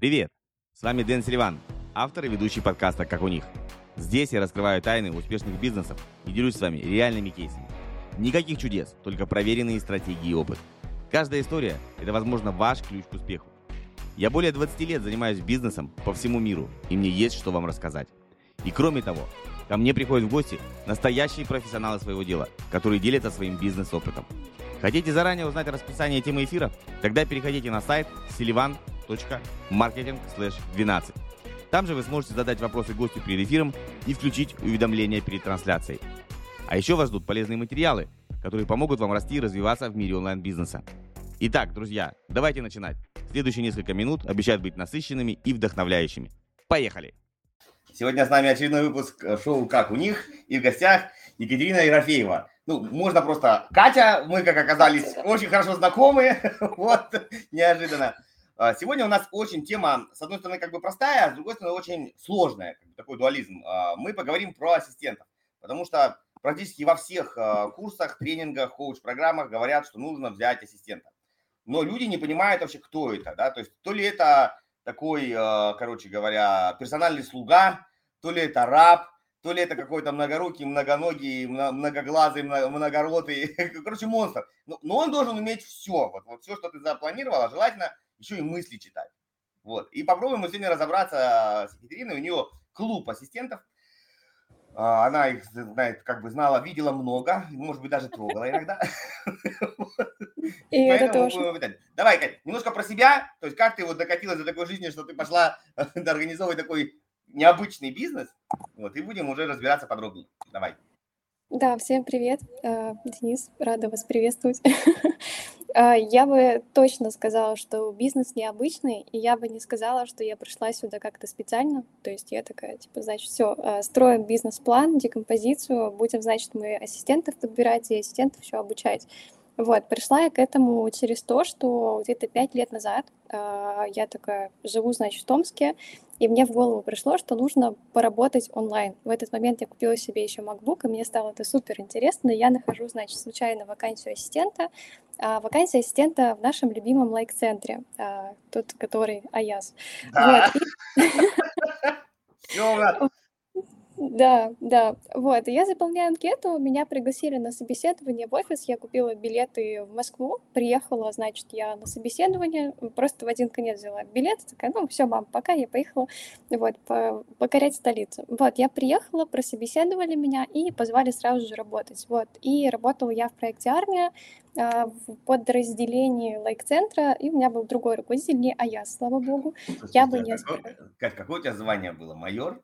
Привет! С вами Дэн Селиван, автор и ведущий подкаста «Как у них». Здесь я раскрываю тайны успешных бизнесов и делюсь с вами реальными кейсами. Никаких чудес, только проверенные стратегии и опыт. Каждая история – это, возможно, ваш ключ к успеху. Я более 20 лет занимаюсь бизнесом по всему миру, и мне есть что вам рассказать. И кроме того, ко мне приходят в гости настоящие профессионалы своего дела, которые делятся своим бизнес-опытом. Хотите заранее узнать расписание темы эфира? Тогда переходите на сайт silivan.marketing/12. Там же вы сможете задать вопросы гостю перед эфиром и включить уведомления перед трансляцией. А еще вас ждут полезные материалы, которые помогут вам расти и развиваться в мире онлайн-бизнеса. Итак, друзья, давайте начинать. Следующие несколько минут обещают быть насыщенными и вдохновляющими. Поехали! Сегодня с нами очередной выпуск шоу «Как у них», и в гостях Екатерина Ерофеева. Можно просто Катя, мы, как оказались, очень хорошо знакомы, вот, неожиданно. Сегодня у нас очень тема, с одной стороны, как бы простая, а с другой стороны, очень сложная, такой дуализм. Мы поговорим про ассистентов, потому что практически во всех курсах, тренингах, коуч-программах говорят, что нужно взять ассистента. Но люди не понимают вообще, кто это, да, то есть то ли это такой, короче говоря, персональный слуга, то ли это раб, то ли это какой-то многорукий, многоногий, многоглазый, многоротый, короче, монстр. Но он должен уметь все, вот все, что ты запланировала, желательно еще и мысли читать. Вот. И попробуем мы сегодня разобраться с Екатериной, у нее клуб ассистентов. Она их знает, как бы знала, видела много, может быть, даже трогала иногда. И это тоже. Давай, Кать, немножко про себя, то есть как ты вот докатилась до такой жизни, что ты пошла организовывать такой необычный бизнес, вот, и будем уже разбираться подробнее. Давай. Да, всем привет. Денис, рада вас приветствовать. Я бы точно сказала, что бизнес необычный, и я бы не сказала, что я пришла сюда как-то специально. То есть я такая, значит, все, строим бизнес-план, декомпозицию, будем, значит, мы ассистентов подбирать и ассистентов все обучать. Вот, пришла я к этому через то, что где-то 5 лет назад я такая живу, значит, в Томске, и мне в голову пришло, что нужно поработать онлайн. В этот момент я купила себе еще MacBook, и мне стало это супер интересно. Я нахожу, значит, случайно вакансию ассистента. Вакансия ассистента в нашем любимом лайк-центре, тот, который Аяс. Да. Вот. Да. Вот, и я заполняю анкету, меня пригласили на собеседование в офис, я купила билеты в Москву, приехала, значит, я на собеседование, просто в один конец взяла билет, такая, все, мам, пока, я поехала, вот, покорять столицу. Вот, я приехала, прособеседовали меня и позвали сразу же работать, вот, и работала я в проекте «Армия», в подразделении лайк-центра, и у меня был другой руководитель, не Аяс, слава богу. Я бы не... Какое у тебя звание было? Майор?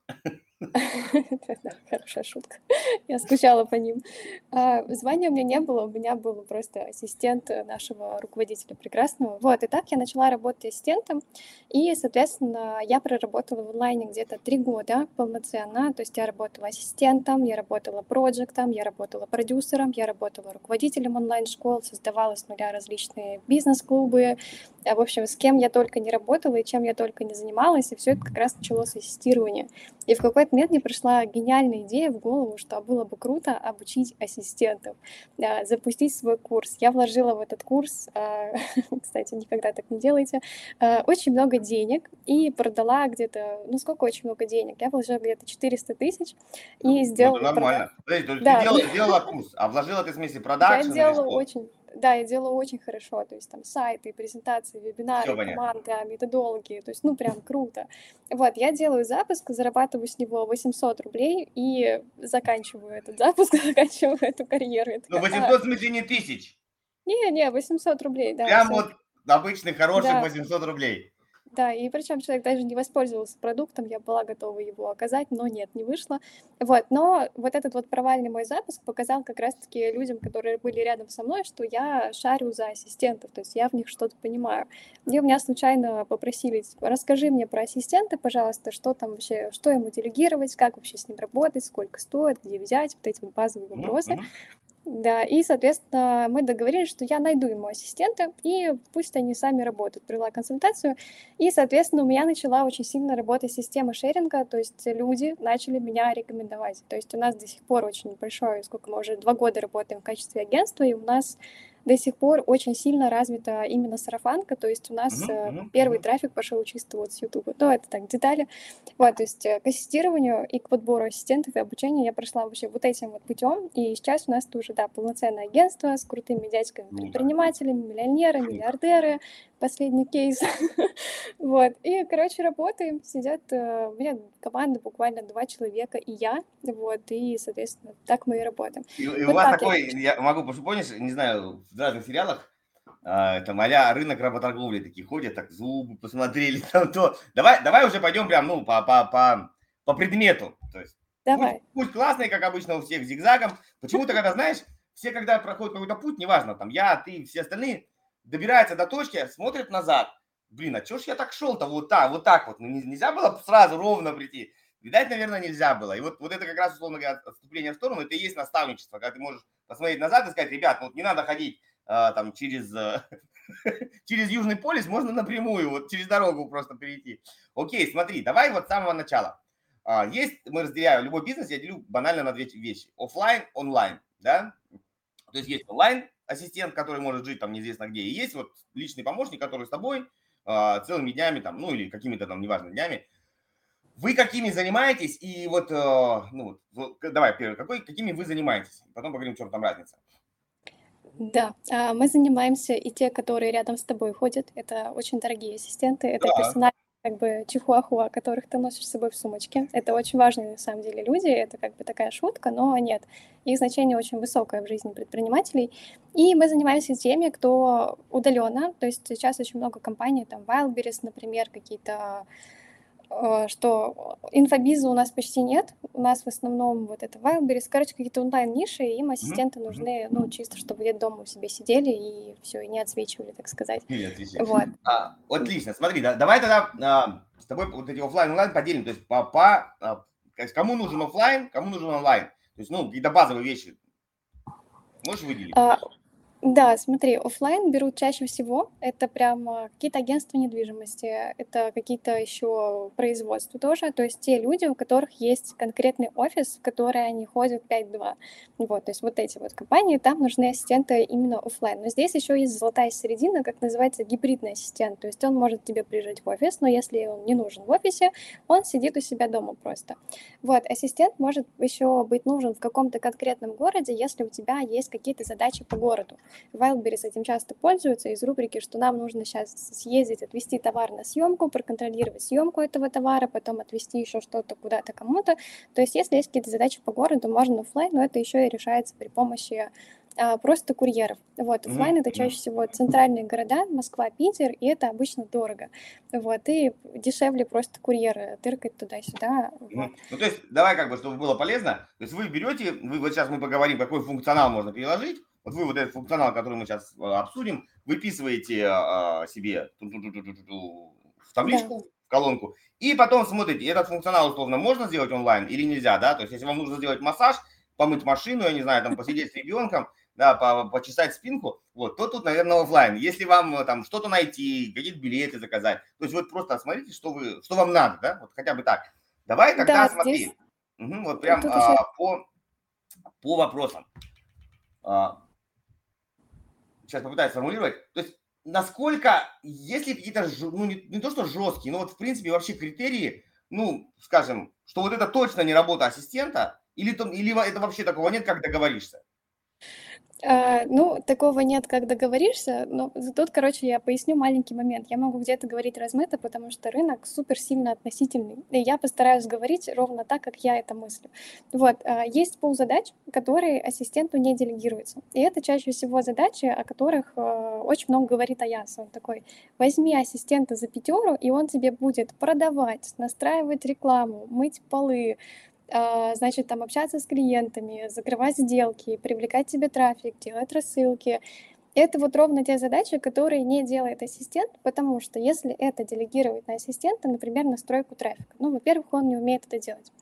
Хорошая шутка. Я скучала по ним. Звания у меня не было, у меня был просто ассистент нашего руководителя прекрасного. Вот, и так я начала работать ассистентом, и, соответственно, я проработала в онлайне где-то 3 года полноценно, то есть я работала ассистентом, я работала проектом, я работала продюсером, я работала руководителем онлайн-школ, создавала с нуля различные бизнес-клубы, в общем, с кем я только не работала и чем я только не занималась, и все это как раз началось с ассистирования. И в какой-то момент мне пришла гениальная идея в голову, что было бы круто обучить ассистентов, запустить свой курс. Я вложила в этот курс, кстати, никогда так не делайте, очень много денег и продала где-то, сколько очень много денег? Я вложила где-то 400 тысяч и сделала... Это нормально. Подожди, да. Ты делала курс, а вложила ты в смысле продакшн? Я делала очень хорошо, то есть там сайты, презентации, вебинары, команды, методологи, то есть, прям круто. Вот, я делаю запуск, зарабатываю с него 800 рублей и заканчиваю этот запуск, заканчиваю эту карьеру. 800 в смысле не тысяч? Не, 800 рублей, да. Прям вот обычных, хороших 800 рублей. Да, и причем человек даже не воспользовался продуктом, я была готова его оказать, но нет, не вышло. Вот, но вот этот вот провальный мой запуск показал как раз-таки людям, которые были рядом со мной, что я шарю за ассистентов, то есть я в них что-то понимаю. И у меня случайно попросили, расскажи мне про ассистента, пожалуйста, что там вообще, что ему делегировать, как вообще с ним работать, сколько стоит, где взять, вот эти вот базовые вопросы. Да, и, соответственно, мы договорились, что я найду ему ассистента, и пусть они сами работают. Провела консультацию, и, соответственно, у меня начала очень сильно работать система шеринга, то есть люди начали меня рекомендовать. То есть у нас до сих пор очень большое, сколько мы уже 2 года работаем в качестве агентства, и у нас до сих пор очень сильно развита именно сарафанка, то есть у нас первый трафик пошел чисто вот с YouTube. Ну, это так, детали. Вот, то есть к ассистированию и к подбору ассистентов и обучению я прошла вообще вот этим вот путем, и сейчас у нас тоже, да, полноценное агентство с крутыми дядьками-предпринимателями, миллионеры, миллиардеры, последний кейс. Вот, и, короче, работаем, сидят, у меня команда буквально 2 человека и я, вот, и, соответственно, так мы и работаем. И у Вот вас так я... такой, я могу, потому что помнишь, не знаю, в разных сериалах, там а-ля рынок работорговли такие ходят, так зубы посмотрели, там то. Давай уже пойдем прям, ну, по предмету. То есть Давай. путь классный, как обычно у всех, зигзагом. Почему-то, когда, знаешь, все, когда проходят какой-то путь, неважно, там я, ты, все остальные, добираются до точки, смотрят назад. Блин, а чё ж я так шел-то вот так вот? Ну, нельзя было сразу ровно прийти. Видать, наверное, нельзя было. И вот это как раз, условно говоря, отступление в сторону, это и есть наставничество, когда ты можешь посмотреть назад и сказать: ребят, вот не надо ходить там через Южный полюс, можно напрямую, вот через дорогу просто перейти. Окей, смотри, давай вот с самого начала. Мы разделяем любой бизнес, я делю банально на 2 вещи. Оффлайн, онлайн, да? То есть онлайн ассистент, который может жить там неизвестно где, и есть вот личный помощник, который с тобой целыми днями там, ну или какими-то там неважно днями. Вы какими занимаетесь? И вот, давай, первый, какими вы занимаетесь? Потом поговорим, в чем там разница. Да, мы занимаемся и те, которые рядом с тобой ходят. Это очень дорогие ассистенты, это персональные как бы чихуахуа, которых ты носишь с собой в сумочке. Это очень важные, на самом деле, люди, это как бы такая шутка, но нет. Их значение очень высокое в жизни предпринимателей. И мы занимаемся теми, кто удаленно, то есть сейчас очень много компаний, там Wildberries, например, какие-то, что инфобиза у нас почти нет. У нас в основном вот это Wildberries, короче, какие-то онлайн-ниши, им ассистенты нужны, ну, чисто, чтобы где-то дома у себя сидели и все, и не отсвечивали, так сказать. Вот. Отлично. Смотри, давай тогда с тобой вот эти офлайн онлайн поделим. То есть кому нужен офлайн, кому нужен онлайн. То есть, ну, какие-то базовые вещи можешь выделить? Да, смотри, офлайн берут чаще всего, это прям какие-то агентства недвижимости, это какие-то еще производства тоже, то есть те люди, у которых есть конкретный офис, в который они ходят 5-2. Вот, то есть вот эти вот компании, там нужны ассистенты именно офлайн. Но здесь еще есть золотая середина, как называется, гибридный ассистент, то есть он может тебе приезжать в офис, но если он не нужен в офисе, он сидит у себя дома просто. Вот, ассистент может еще быть нужен в каком-то конкретном городе, если у тебя есть какие-то задачи по городу. Wildberries этим часто пользуются из рубрики, что нам нужно сейчас съездить, отвезти товар на съемку, проконтролировать съемку этого товара, потом отвезти еще что-то куда-то кому-то. То есть если есть какие-то задачи по городу, можно офлайн, но это еще и решается при помощи просто курьеров. Вот, офлайн это чаще всего центральные города, Москва, Питер, и это обычно дорого. Вот, и дешевле просто курьеры тыркать туда-сюда. Вот. Ну, то есть, давай как бы, чтобы было полезно, то есть вы берете, вот сейчас мы поговорим, какой функционал можно переложить. Вот вы вот этот функционал, который мы сейчас обсудим, выписываете себе в табличку, в колонку, и потом смотрите, этот функционал условно можно сделать онлайн или нельзя, да? То есть если вам нужно сделать массаж, помыть машину, я не знаю, там посидеть с ребенком, да, почесать спинку, вот, то тут, наверное, офлайн. Если вам там что-то найти, какие-то билеты заказать, то есть вот просто смотрите, что вам надо, да, вот хотя бы так. Давай тогда да, смотри, здесь... вот прям по вопросам. Сейчас попытаюсь сформулировать. То есть насколько, есть ли какие-то, ну не то что жесткие, но вот в принципе вообще критерии, ну, скажем, что вот это точно не работа ассистента, или это вообще такого нет, как договоришься? Ну, такого нет, как договоришься, но тут, короче, я поясню маленький момент. Я могу где-то говорить размыто, потому что рынок супер сильно относительный, и я постараюсь говорить ровно так, как я это мыслю. Вот, есть пул задач, которые ассистенту не делегируются, и это чаще всего задачи, о которых очень много говорит Аяс. Он такой: возьми ассистента за 5, и он тебе будет продавать, настраивать рекламу, мыть полы, значит, там общаться с клиентами, закрывать сделки, привлекать тебе трафик, делать рассылки. Это вот ровно те задачи, которые не делает ассистент, потому что если это делегировать на ассистента, например, настройку трафика, ну, во-первых, он не умеет это делать.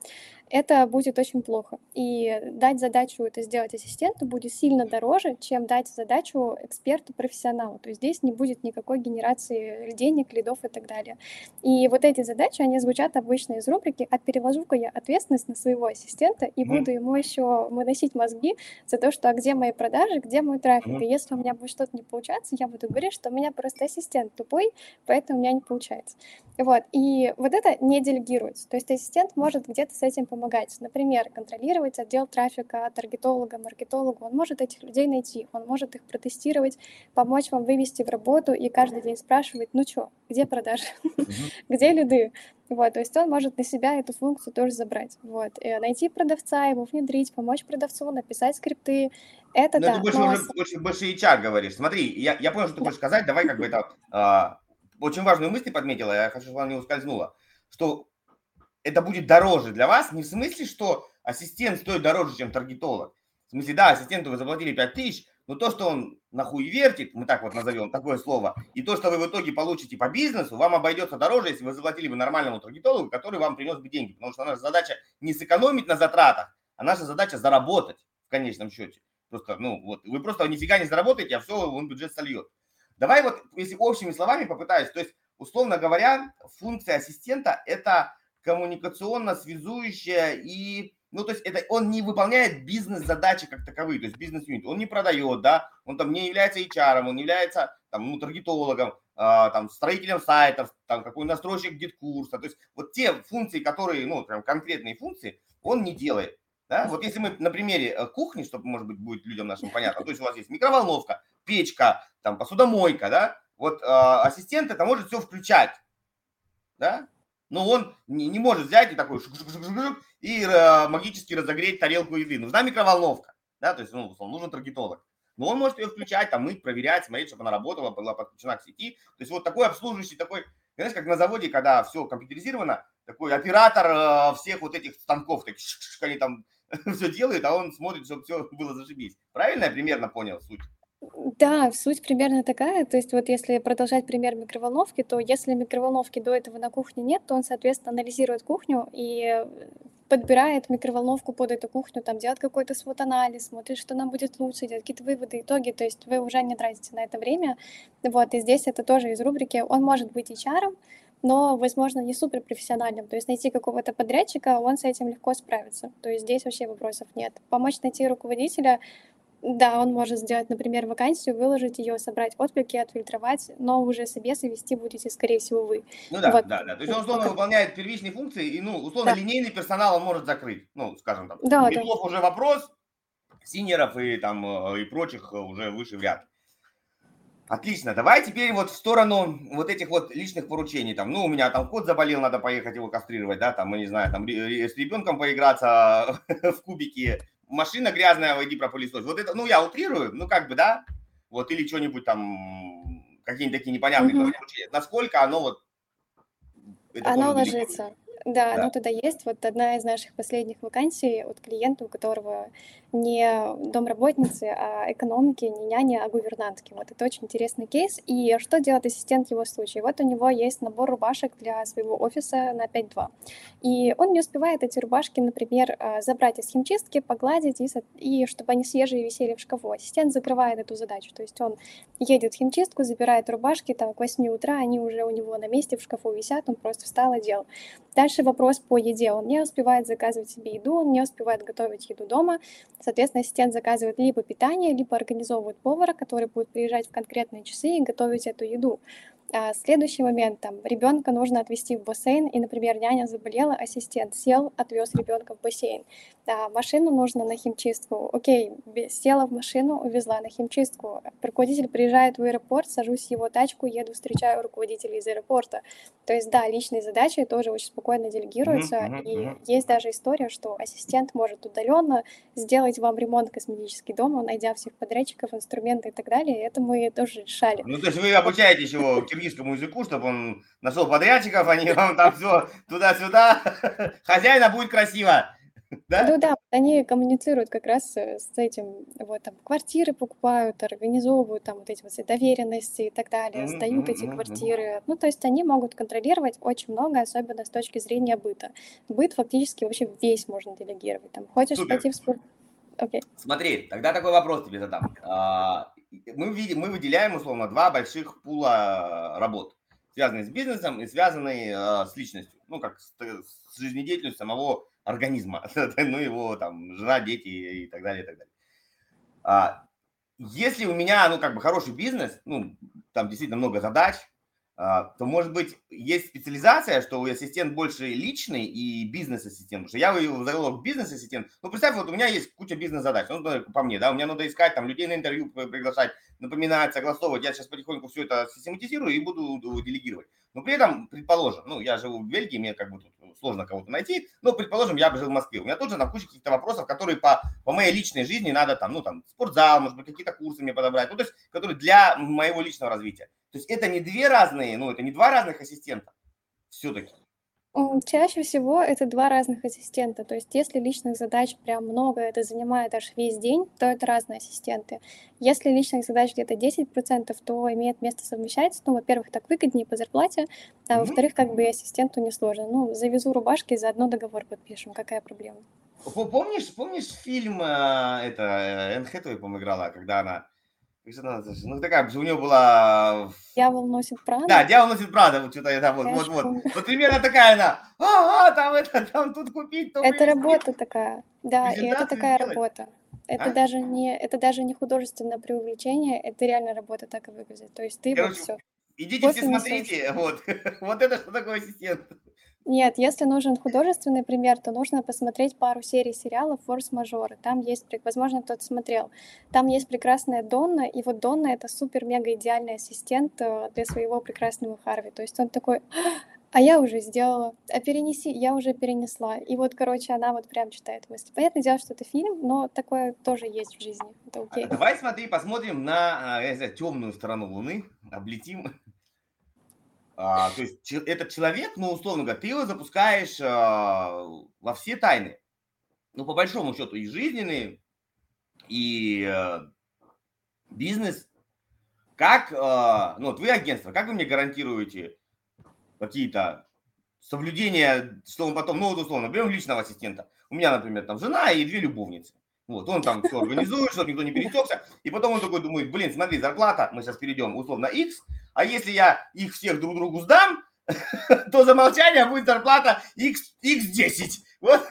это будет очень плохо. И дать задачу это сделать ассистенту будет сильно дороже, чем дать задачу эксперту-профессионалу. То есть здесь не будет никакой генерации денег, лидов и так далее. И вот эти задачи, они звучат обычно из рубрики «А переложу-ка я ответственность на своего ассистента и буду ему еще выносить мозги за то, что а где мои продажи, где мой трафик. И если у меня будет что-то не получаться, я буду говорить, что у меня просто ассистент тупой, поэтому у меня не получается». Вот. И вот это не делегируется. То есть ассистент может где-то с этим помогать. Например, контролировать отдел трафика, таргетолога, маркетолога. Он может этих людей найти, он может их протестировать, помочь вам вывести в работу и каждый день спрашивать, ну что, где продажи, где лиды. Вот, то есть он может на себя эту функцию тоже забрать. Вот. И найти продавца, его внедрить, помочь продавцу, написать скрипты. Это Ну, это да. больше уже больше HR говоришь. Смотри, я понял, что ты хочешь сказать. Давай как бы это... очень важную мысль подметила, я хочу, чтобы она не ускользнула, что это будет дороже для вас, не в смысле, что ассистент стоит дороже, чем таргетолог. В смысле, да, ассистенту вы заплатили 5000, но то, что он нахуй вертит, мы так вот назовем такое слово, и то, что вы в итоге получите по бизнесу, вам обойдется дороже, если вы заплатили бы нормальному таргетологу, который вам принес бы деньги. Потому что наша задача не сэкономить на затратах, а наша задача заработать в конечном счете. Просто, ну, вот, вы просто нифига не заработаете, а все, он бюджет сольет. Давай вот, если общими словами попытаюсь, то есть, условно говоря, функция ассистента – это коммуникационно связующая и, ну, то есть, это он не выполняет бизнес-задачи как таковые, то есть, бизнес-юнит, он не продает, да, он там не является HR, он не является, там, ну, таргетологом, там, строителем сайтов, там, какой настройщик гид-курса, то есть, вот те функции, которые, ну, прям конкретные функции, он не делает. Да? Вот если мы на примере кухни, чтобы, может быть, будет людям нашим понятно, то есть у вас есть микроволновка, печка, там, посудомойка, да, вот ассистент это может все включать, да, но он не может взять и такой и магически разогреть тарелку еды. Нужна микроволновка, да, то есть, ну, нужен таргетолог. Но он может ее включать, там, мыть, проверять, смотреть, чтобы она работала, была подключена к сети. То есть вот такой обслуживающий, такой, знаешь, как на заводе, когда все компьютеризировано, такой оператор всех вот этих станков, так, они там все делают, а он смотрит, чтобы все было зашибись. Правильно я примерно понял суть? Да, суть примерно такая. То есть вот если продолжать пример микроволновки, то если микроволновки до этого на кухне нет, то он, соответственно, анализирует кухню и подбирает микроволновку под эту кухню, там делает какой-то свод-анализ, смотрит, что нам будет лучше, делает какие-то выводы, итоги. То есть вы уже не тратите на это время. Вот, и здесь это тоже из рубрики «Он может быть HR», но, возможно, не суперпрофессиональным. То есть найти какого-то подрядчика, он с этим легко справится. То есть здесь вообще вопросов нет. Помочь найти руководителя, да, он может сделать, например, вакансию, выложить ее, собрать отклики, отфильтровать, но уже собесы вести будете, скорее всего, вы. Ну да, Вот. да. То есть он условно выполняет первичные функции, и, ну, условно, Да. линейный персонал он может закрыть. Ну, скажем так. Да, Битлов уже вопрос, синеров и там и прочих уже выше вряд ли. Отлично, давай теперь вот в сторону вот этих вот личных поручений. Там, ну, у меня там кот заболел, надо поехать его кастрировать, да, там, мы не знаю, там с ребенком поиграться в кубики, машина грязная, иди пропылесось. Вот это, ну, я утрирую, ну, как бы, да, вот, или что-нибудь там, какие-нибудь такие непонятные поручения. Насколько оно вот... Оно ложится. Да, оно туда есть. Вот одна из наших последних вакансий от клиента, у которого не домработницы, а экономики, не няни, а гувернантки. Вот это очень интересный кейс. И что делает ассистент в его случае? Вот у него есть набор рубашек для своего офиса на 5-2. И он не успевает эти рубашки, например, забрать из химчистки, погладить, и чтобы они свежие висели в шкафу. Ассистент закрывает эту задачу. То есть он едет в химчистку, забирает рубашки, там к 8 утра они уже у него на месте в шкафу висят, он просто встал и делал. Дальше вопрос по еде. Он не успевает заказывать себе еду, он не успевает готовить еду дома. Соответственно, ассистент заказывает либо питание, либо организовывает повара, который будет приезжать в конкретные часы и готовить эту еду. Следующий момент, там, ребенка нужно отвезти в бассейн, и, например, няня заболела, ассистент сел, отвез ребенка в бассейн. Машину нужно на химчистку. Окей, села в машину, увезла на химчистку. Руководитель приезжает в аэропорт, сажусь в его тачку, еду, встречаю руководителя из аэропорта. То есть, да, личные задачи тоже очень спокойно делегируются. И есть даже история, что ассистент может удаленно сделать вам ремонт косметический дома, найдя всех подрядчиков, инструменты и так далее. Это мы тоже решали. Ну, то есть вы обучаете его киргизскому языку, чтобы он нашел подрядчиков, они вам там все туда-сюда. Хозяина будет красиво. Да? Ну да, они коммуницируют как раз с этим, вот там квартиры покупают, организовывают там вот эти вот все доверенности и так далее, Мгм, сдают мгм, эти мгм, мгм. квартиры. Ну, то есть они могут контролировать очень много, особенно с точки зрения быта. Быт фактически вообще весь можно делегировать. Там, хочешь Супер. пойти в спорт? Окей. Смотри, тогда такой вопрос тебе задам. Мы выделяем, условно, два больших пула работ, связанные с бизнесом и связанные с личностью, ну, как с жизнедеятельностью самого организма, ну, его там жена, дети и так далее, и так далее. А, Если у меня, ну, как бы хороший бизнес, ну, там действительно много задач, то, может быть, есть специализация, что ассистент больше личный и бизнес-ассистент. Потому что я его завел бизнес-ассистент. Ну, представь, вот у меня есть куча бизнес-задач. Ну, по мне, да, у меня надо искать там людей на интервью приглашать, напоминать, согласовывать. Я сейчас потихоньку все это систематизирую и буду делегировать. Но при этом, предположим, ну, я живу в Бельгии, мне как бы тут сложно кого-то найти, но, предположим, я бы жил в Москве. У меня тоже там куча каких-то вопросов, которые по моей личной жизни надо там, ну, там, спортзал, может быть, какие-то курсы мне подобрать, ну, то есть, которые для моего личного развития. То есть это не две разные, ну, это не два разных ассистента все-таки. Чаще всего это два разных ассистента. То есть если личных задач прям много, это занимает аж весь день, то это разные ассистенты. Если личных задач где-то 10%, то имеет место совмещать. Ну, во-первых, так выгоднее по зарплате, а во-вторых, как бы и ассистенту несложно. Ну, завезу рубашки, заодно договор подпишем. Какая проблема? Помнишь фильм, Энн Хэтэуэй, по-моему, играла, когда она, как же она, ну, такая, у нее была, Дьявол носит да, Прада? «Дьявол носит Прада», вот что-то это, Конечно, вот. помню. Вот примерно такая она, там это, там тут купить, то Это привезти, работа такая, да, и это презентацию такая сделать, работа. а? Это даже не художественное преувеличение, это реально работа так и выглядит. То есть ты вот Короче, все идите все кофе несешь. смотрите, вот, вот это что такое ассистент. Нет, если нужен художественный пример, то нужно посмотреть пару серий сериала «Форс-мажоры». Там есть, возможно, кто-то смотрел, там есть прекрасная Донна, и вот Донна — это супер-мега идеальный ассистент для своего прекрасного Харви. То есть он такой: а я уже сделала, а перенеси, я уже перенесла. И вот, короче, она вот прям читает мысли. Понятное дело, что это фильм, но такое тоже есть в жизни. Это окей. Давай, смотри, посмотрим на, я не знаю, темную сторону Луны, облетим. То есть этот человек, ну, условно говоря, ты его запускаешь во все тайны. Ну, по большому счету, и жизненные, и бизнес. Как, ну, вот вы агентство, как вы мне гарантируете какие-то соблюдения, что он потом, ну, вот условно, берем личного ассистента. У меня, например, там жена и две любовницы. Вот, он там все организует, чтобы никто не пересекся. И потом он такой думает, блин, смотри, зарплата, мы сейчас перейдем условно X, а если я их всех друг другу сдам, то за молчание будет зарплата X10. Вот.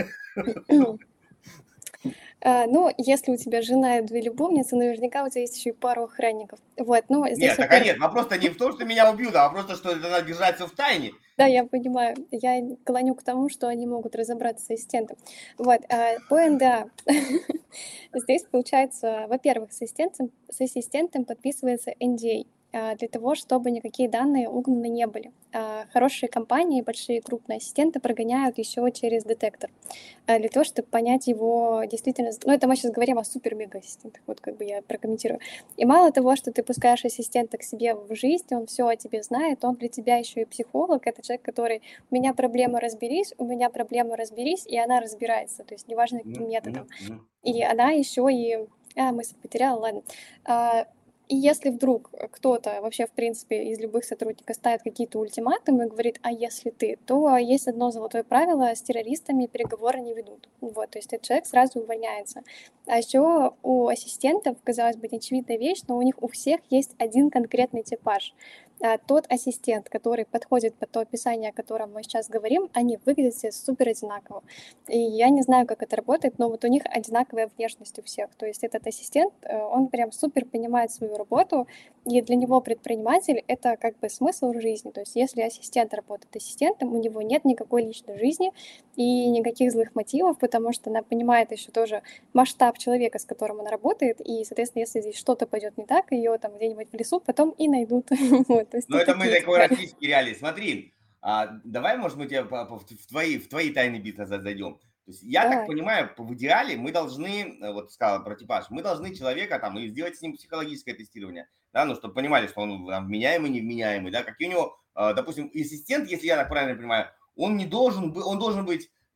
Ну, если у тебя жена и две любовницы, наверняка у тебя есть еще и пару охранников. Вот, ну, здесь, Нет, так а во-первых, нет, вопрос-то не в том, что меня убьют, а просто, что это надо держать все в тайне. да, я понимаю, я клоню к тому, что они могут разобраться с ассистентом. Вот, по НДА. Здесь, получается, во-первых, с ассистентом подписывается NDA для того, чтобы никакие данные угнаны не были. Хорошие компании, большие крупные ассистенты прогоняют еще через детектор для того, чтобы понять его действительно. Ну, это мы сейчас говорим о супер-мега-ассистентах, вот как бы я прокомментирую. И мало того, что ты пускаешь ассистента к себе в жизнь, он все о тебе знает, он для тебя еще и психолог, это человек, который у меня проблема разберись, у меня проблема разберись, и она разбирается, то есть неважно каким методом. И она еще и... мысль потеряла, ладно. И если вдруг кто-то вообще, в принципе, из любых сотрудников ставит какие-то ультиматумы и говорит, а если ты, то есть одно золотое правило, с террористами переговоры не ведут. Вот, то есть этот человек сразу увольняется. А еще у ассистентов, казалось бы, неочевидная вещь, но у них у всех есть один конкретный типаж. Тот ассистент, который подходит под то описание, о котором мы сейчас говорим, они выглядят все супер одинаково. И я не знаю, как это работает, но вот у них одинаковая внешность у всех. То есть этот ассистент, он прям супер понимает свою работу, и для него предприниматель — это как бы смысл жизни. То есть если ассистент работает ассистентом, у него нет никакой личной жизни и никаких злых мотивов, потому что она понимает еще тоже масштаб человека, с которым она работает, и, соответственно, если здесь что-то пойдет не так, ее там где-нибудь в лесу потом и найдут. Вот, то есть Ну, тут это мы такие такой детали. российский реалии. Смотри, давай, может, мы тебе в твои тайны бизнеса зайдем. То есть, я так Давай. понимаю, в идеале мы должны, вот сказал про типаж, мы должны человека там и сделать с ним психологическое тестирование, да, ну, чтобы понимали, что он там, вменяемый, невменяемый, да, какие у него, допустим, ассистент, если я так правильно понимаю, он не должен, он должен быть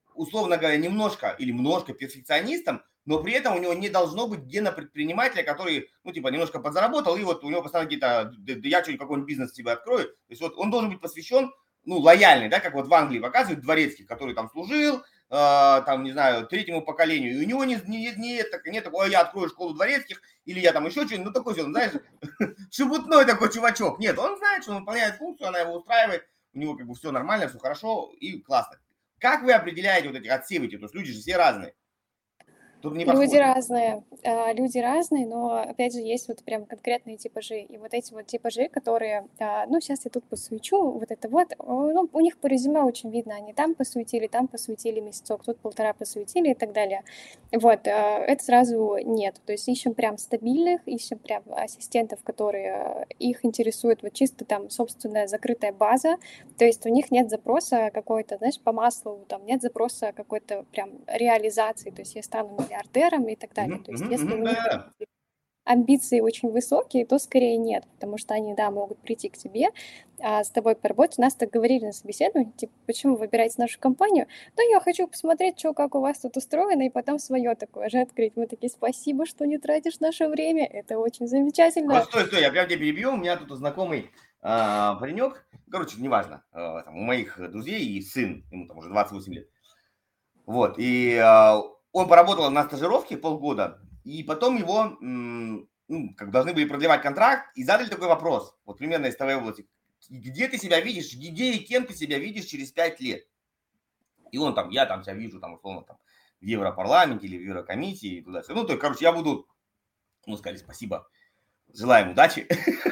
условно говоря, немножко или немножко перфекционистом, но при этом у него не должно быть гена предпринимателя, который, ну, типа, немножко подзаработал, и вот у него постоянно какие-то, да я что-нибудь, какой-нибудь бизнес тебе открою. То есть вот он должен быть посвящен, ну, лояльный, да, как вот в Англии показывают Дворецкий, который там служил, там, не знаю, третьему поколению, и у него нет такого, я открою школу Дворецких, или я там еще что-нибудь, ну, такой, знаешь, шебутной такой чувачок. Нет, он знает, что он выполняет функцию, она его устраивает, у него как бы все нормально, все хорошо и классно. Как вы определяете вот этих, отсеиваете? То есть люди же все разные. Тут не Люди подходит. разные, но, опять же, есть вот прям конкретные типажи. И вот эти вот типажи, которые, ну, сейчас я тут посуечу, вот это вот, ну, у них по резюме очень видно, они там посуетили месяцок, тут полтора посуетили и так далее. Вот, это сразу нет. То есть ищем прям стабильных, ищем прям ассистентов, которые их интересует вот чисто там собственная закрытая база, то есть у них нет запроса какой-то, знаешь, по маслу, там нет запроса какой-то прям реализации, то есть я стану миллиардером и так далее. То есть если у них Да. амбиции очень высокие, то скорее нет, потому что они, да, могут прийти к тебе, с тобой поработать. Нас так говорили на собеседовании, типа, почему вы выбираете нашу компанию? Ну, я хочу посмотреть, что, как у вас тут устроено, и потом свое такое же открыть. Мы такие, спасибо, что не тратишь наше время, это очень замечательно. Вот стой, я прям тебя перебью, у меня тут знакомый паренек, короче, неважно, там, у моих друзей и сын, ему там уже 28 лет. Вот, и он поработал на стажировке полгода, и потом его, ну, как должны были продлевать контракт, и задали такой вопрос, вот примерно из твоей области, где ты себя видишь, где и кем ты себя видишь через 5 лет? И он там, я там себя вижу, там, условно, там, в Европарламенте или в Еврокомиссии, и туда. Ну, то есть, короче, я буду, ну, сказали, спасибо, желаем удачи.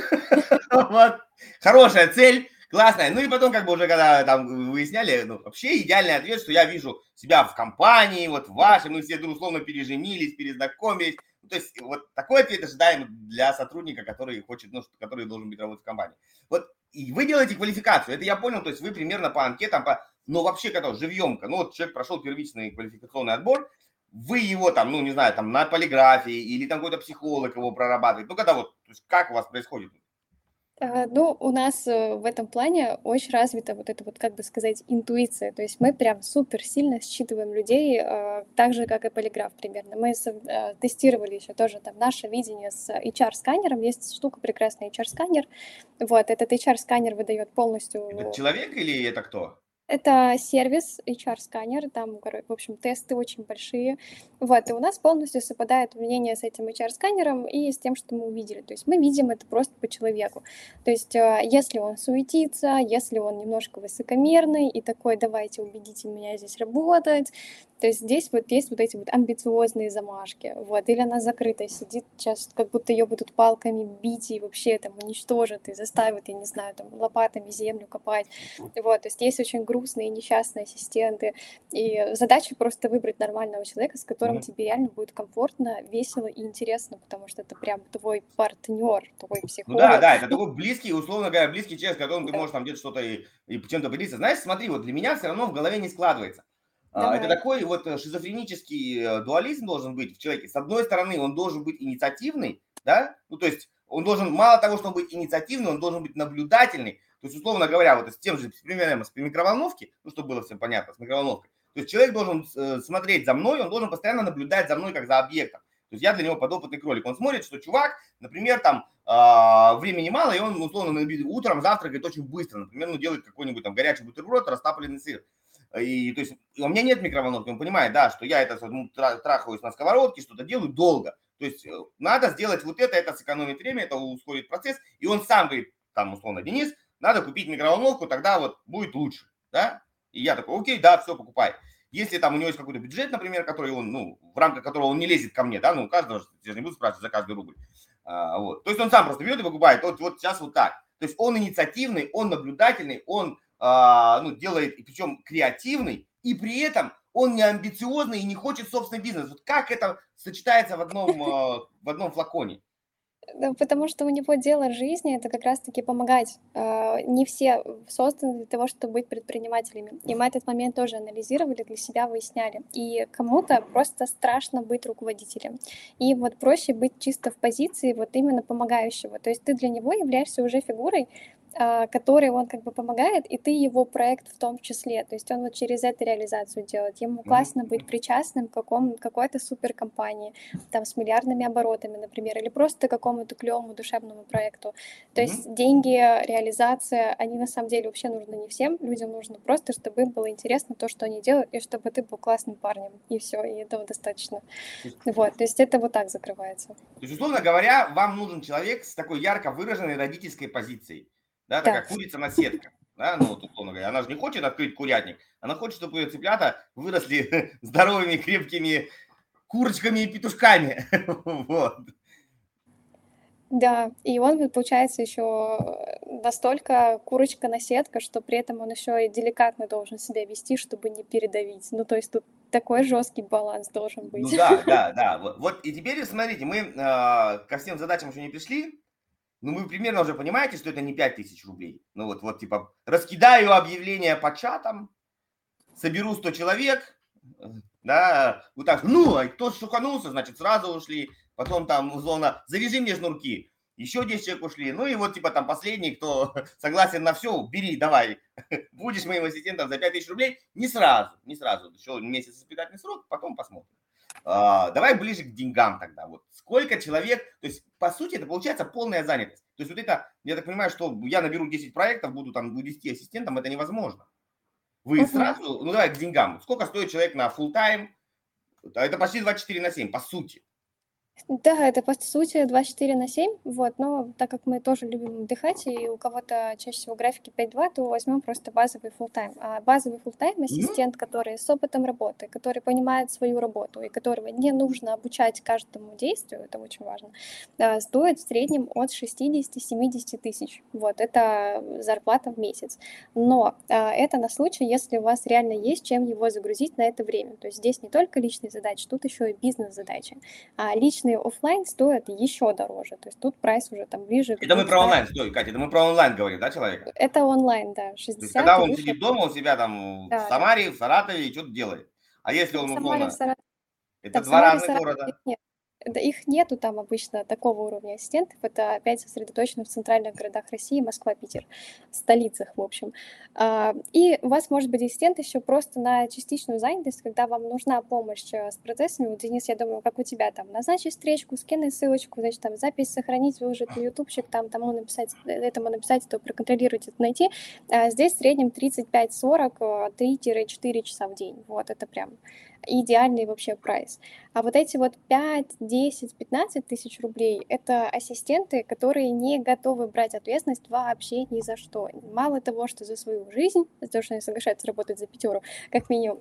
Хорошая цель, классная. Ну и потом, как бы уже когда там выясняли, ну, вообще идеальный ответ, что я вижу себя в компании, вот в вашей, мы все условно переженились, перезнакомились. То есть вот такой ответ ожидаем для сотрудника, который хочет, ну, который должен быть работать в компании. Вот и вы делаете квалификацию, это я понял, то есть вы примерно по анкетам, но вообще когда живьемко, ну вот человек прошел первичный квалификационный отбор, вы его там, ну не знаю, там на полиграфии или там какой-то психолог его прорабатывает, ну когда вот, то есть как у вас происходит? Ну, у нас в этом плане очень развита вот эта вот, как бы сказать, интуиция. То есть мы прям супер сильно считываем людей, так же, как и полиграф примерно. Мы тестировали еще тоже там наше видение с HR-сканером. Есть штука прекрасная, HR-сканер. Вот, этот HR-сканер выдает полностью... Это человек или это кто? Это сервис HR-сканер, там, в общем, тесты очень большие. Вот, и у нас полностью совпадает мнение с этим HR-сканером и с тем, что мы увидели. То есть мы видим это просто по человеку. То есть если он суетится, если он немножко высокомерный и такой, давайте убедите меня здесь работать, то есть здесь вот есть вот эти вот амбициозные замашки. Вот, или она закрытая сидит, сейчас как будто ее будут палками бить и вообще там уничтожат и заставят, я не знаю, там лопатами землю копать. Вот, то есть есть очень грустные, несчастные ассистенты. И задача просто выбрать нормального человека, с которым тебе реально будет комфортно, весело и интересно, потому что это прям твой партнер, твой психолог. Ну да, это такой близкий, условно говоря, близкий человек, с которым ты можешь там где-то что-то и чем-то поделиться. Знаешь, смотри, вот для меня все равно в голове не складывается. Давай. Это такой вот шизофренический дуализм должен быть в человеке. С одной стороны, он должен быть инициативный, да, ну то есть он должен, мало того, чтобы быть инициативный, он должен быть наблюдательный. То есть, условно говоря, вот с тем же примером с микроволновки, ну, чтобы было всем понятно, с микроволновкой. То есть человек должен смотреть за мной, он должен постоянно наблюдать за мной как за объектом. То есть я для него подопытный кролик. Он смотрит, что чувак, например, там времени мало, и он, условно, утром завтракает очень быстро. Например, ну, делает какой-нибудь там горячий бутерброд, растапливаный сыр. И то есть у меня нет микроволновки, он понимает, да, что я это трахаюсь на сковородке, что-то делаю долго. То есть надо сделать вот это сэкономит время, это ускорит процесс. И он сам говорит, там, условно, Денис, надо купить микроволновку, тогда вот будет лучше, да? И я такой, окей, да, все, покупай. Если там у него есть какой-то бюджет, например, который он, ну, в рамках которого он не лезет ко мне, да, ну, у каждого, я же не буду спрашивать за каждый рубль. Вот. То есть он сам просто берет и покупает, вот сейчас вот так. То есть он инициативный, он наблюдательный, он ну, делает, и причем креативный, и при этом он не амбициозный и не хочет собственный бизнес. Вот как это сочетается в одном флаконе? Потому что у него дело жизни — это как раз-таки помогать. Не все созданы для того, чтобы быть предпринимателями. И мы этот момент тоже анализировали, для себя выясняли. И кому-то просто страшно быть руководителем. И вот проще быть чисто в позиции вот именно помогающего. То есть ты для него являешься уже фигурой, который он как бы помогает, и ты его проект в том числе. То есть он вот через это реализацию делает. Ему классно быть причастным к какой-то суперкомпании, там, с миллиардными оборотами, например, или просто к какому-то клевому душевному проекту. То есть деньги, реализация, они на самом деле вообще нужны не всем. Людям нужно просто, чтобы им было интересно то, что они делают, и чтобы ты был классным парнем. И все, и этого достаточно. Вот, то есть это вот так закрывается. То есть, условно говоря, вам нужен человек с такой ярко выраженной родительской позицией. Да, такая курица на сетках. Да, ну, вот, условно говоря, она же не хочет открыть курятник, она хочет, чтобы ее цыплята выросли здоровыми, крепкими курочками и петушками. Вот. Да, и он, вот, получается, еще настолько курочка-наседка, что при этом он еще и деликатно должен себя вести, чтобы не передавить. Ну, то есть тут такой жесткий баланс должен быть. Ну да. Вот и теперь, смотрите, мы ко всем задачам еще не пришли. Ну, вы примерно уже понимаете, что это не 5000 рублей. Ну, вот типа, раскидаю объявления по чатам, соберу 100 человек, да, вот так, ну, а кто шуханулся, значит, сразу ушли, потом там, условно, завяжи мне шнурки, еще 10 человек ушли, ну, и вот, типа, там, последний, кто согласен на все, бери, давай, будешь моим ассистентом за 5000 рублей, не сразу, еще месяц испытательный срок, потом посмотрим. Давай ближе к деньгам тогда. Вот сколько человек, то есть по сути это получается полная занятость. То есть вот это, я так понимаю, что я наберу 10 проектов, буду там у 10 ассистентом, это невозможно. Вы сразу, ну давай к деньгам. Сколько стоит человек на full time? Это почти 24/7, по сути. Да, это по сути 24/7, вот, но так как мы тоже любим отдыхать, и у кого-то чаще всего графики 5-2, то возьмем просто базовый full-time. А базовый full-time ассистент, который с опытом работы, который понимает свою работу и которого не нужно обучать каждому действию, это очень важно, стоит в среднем от 60-70 тысяч. Вот, это зарплата в месяц. Но это на случай, если у вас реально есть чем его загрузить на это время. То есть здесь не только личные задачи, тут еще и бизнес-задачи. А личные офлайн стоят еще дороже. То есть тут прайс уже там ближе. Это мы про онлайн, стой, Катя, это мы про онлайн говорим, да, человека? Это онлайн, да, 60. То есть когда он сидит дома у себя там в Самаре, в Саратове и что-то делает. А если он условно... Это два разных города. Их нету там обычно такого уровня ассистентов. Это опять сосредоточено в центральных городах России, Москва, Питер, столицах, в общем. И у вас может быть ассистент еще просто на частичную занятость, когда вам нужна помощь с процессами. Вот, Денис, я думаю, как у тебя там, назначить встречку, скинуть ссылочку, значит, там запись сохранить, выложить на ютубчик, там тому написать, этому написать, то проконтролировать, это найти. Здесь в среднем 35-40, 3-4 часа в день. Вот, это прям идеальный вообще прайс. А вот эти вот 5, 10, 15 тысяч рублей — это ассистенты, которые не готовы брать ответственность вообще ни за что. Мало того, что за свою жизнь, за то, что они соглашаются работать за 5, как минимум,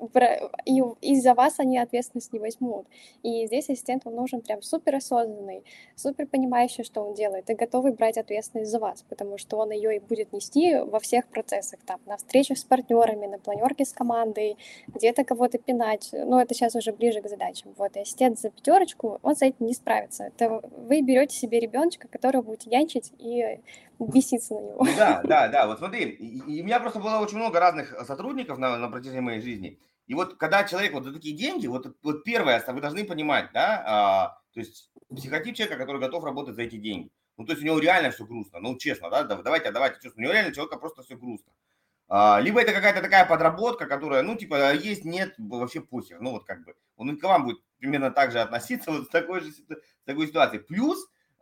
и за вас они ответственность не возьмут. И здесь ассистент вам нужен прям супер осознанный, супер понимающий, что он делает, и готовый брать ответственность за вас, потому что он ее и будет нести во всех процессах, там, на встречах с партнерами, на планерке с командой, где-то кого-то пинать. Ну, это сейчас уже ближе к задачам. Вот, и ассистент за 5, он с этим не справится. Это вы берете себе ребеночка, которого будете нянчить и беситься на него. Да. Вот смотри, и у меня просто было очень много разных сотрудников на протяжении моей жизни. И вот когда человек вот за такие деньги, вот первое, вы должны понимать, да, то есть психотип человека, который готов работать за эти деньги. Ну, то есть у него реально все грустно, ну, честно, да, давайте, честно, у него реально человека просто все грустно. Либо это какая-то такая подработка, которая, ну, типа, есть, нет, вообще похер. Ну, вот как бы, он и к вам будет примерно так же относиться вот с такой ситуацией. Плюс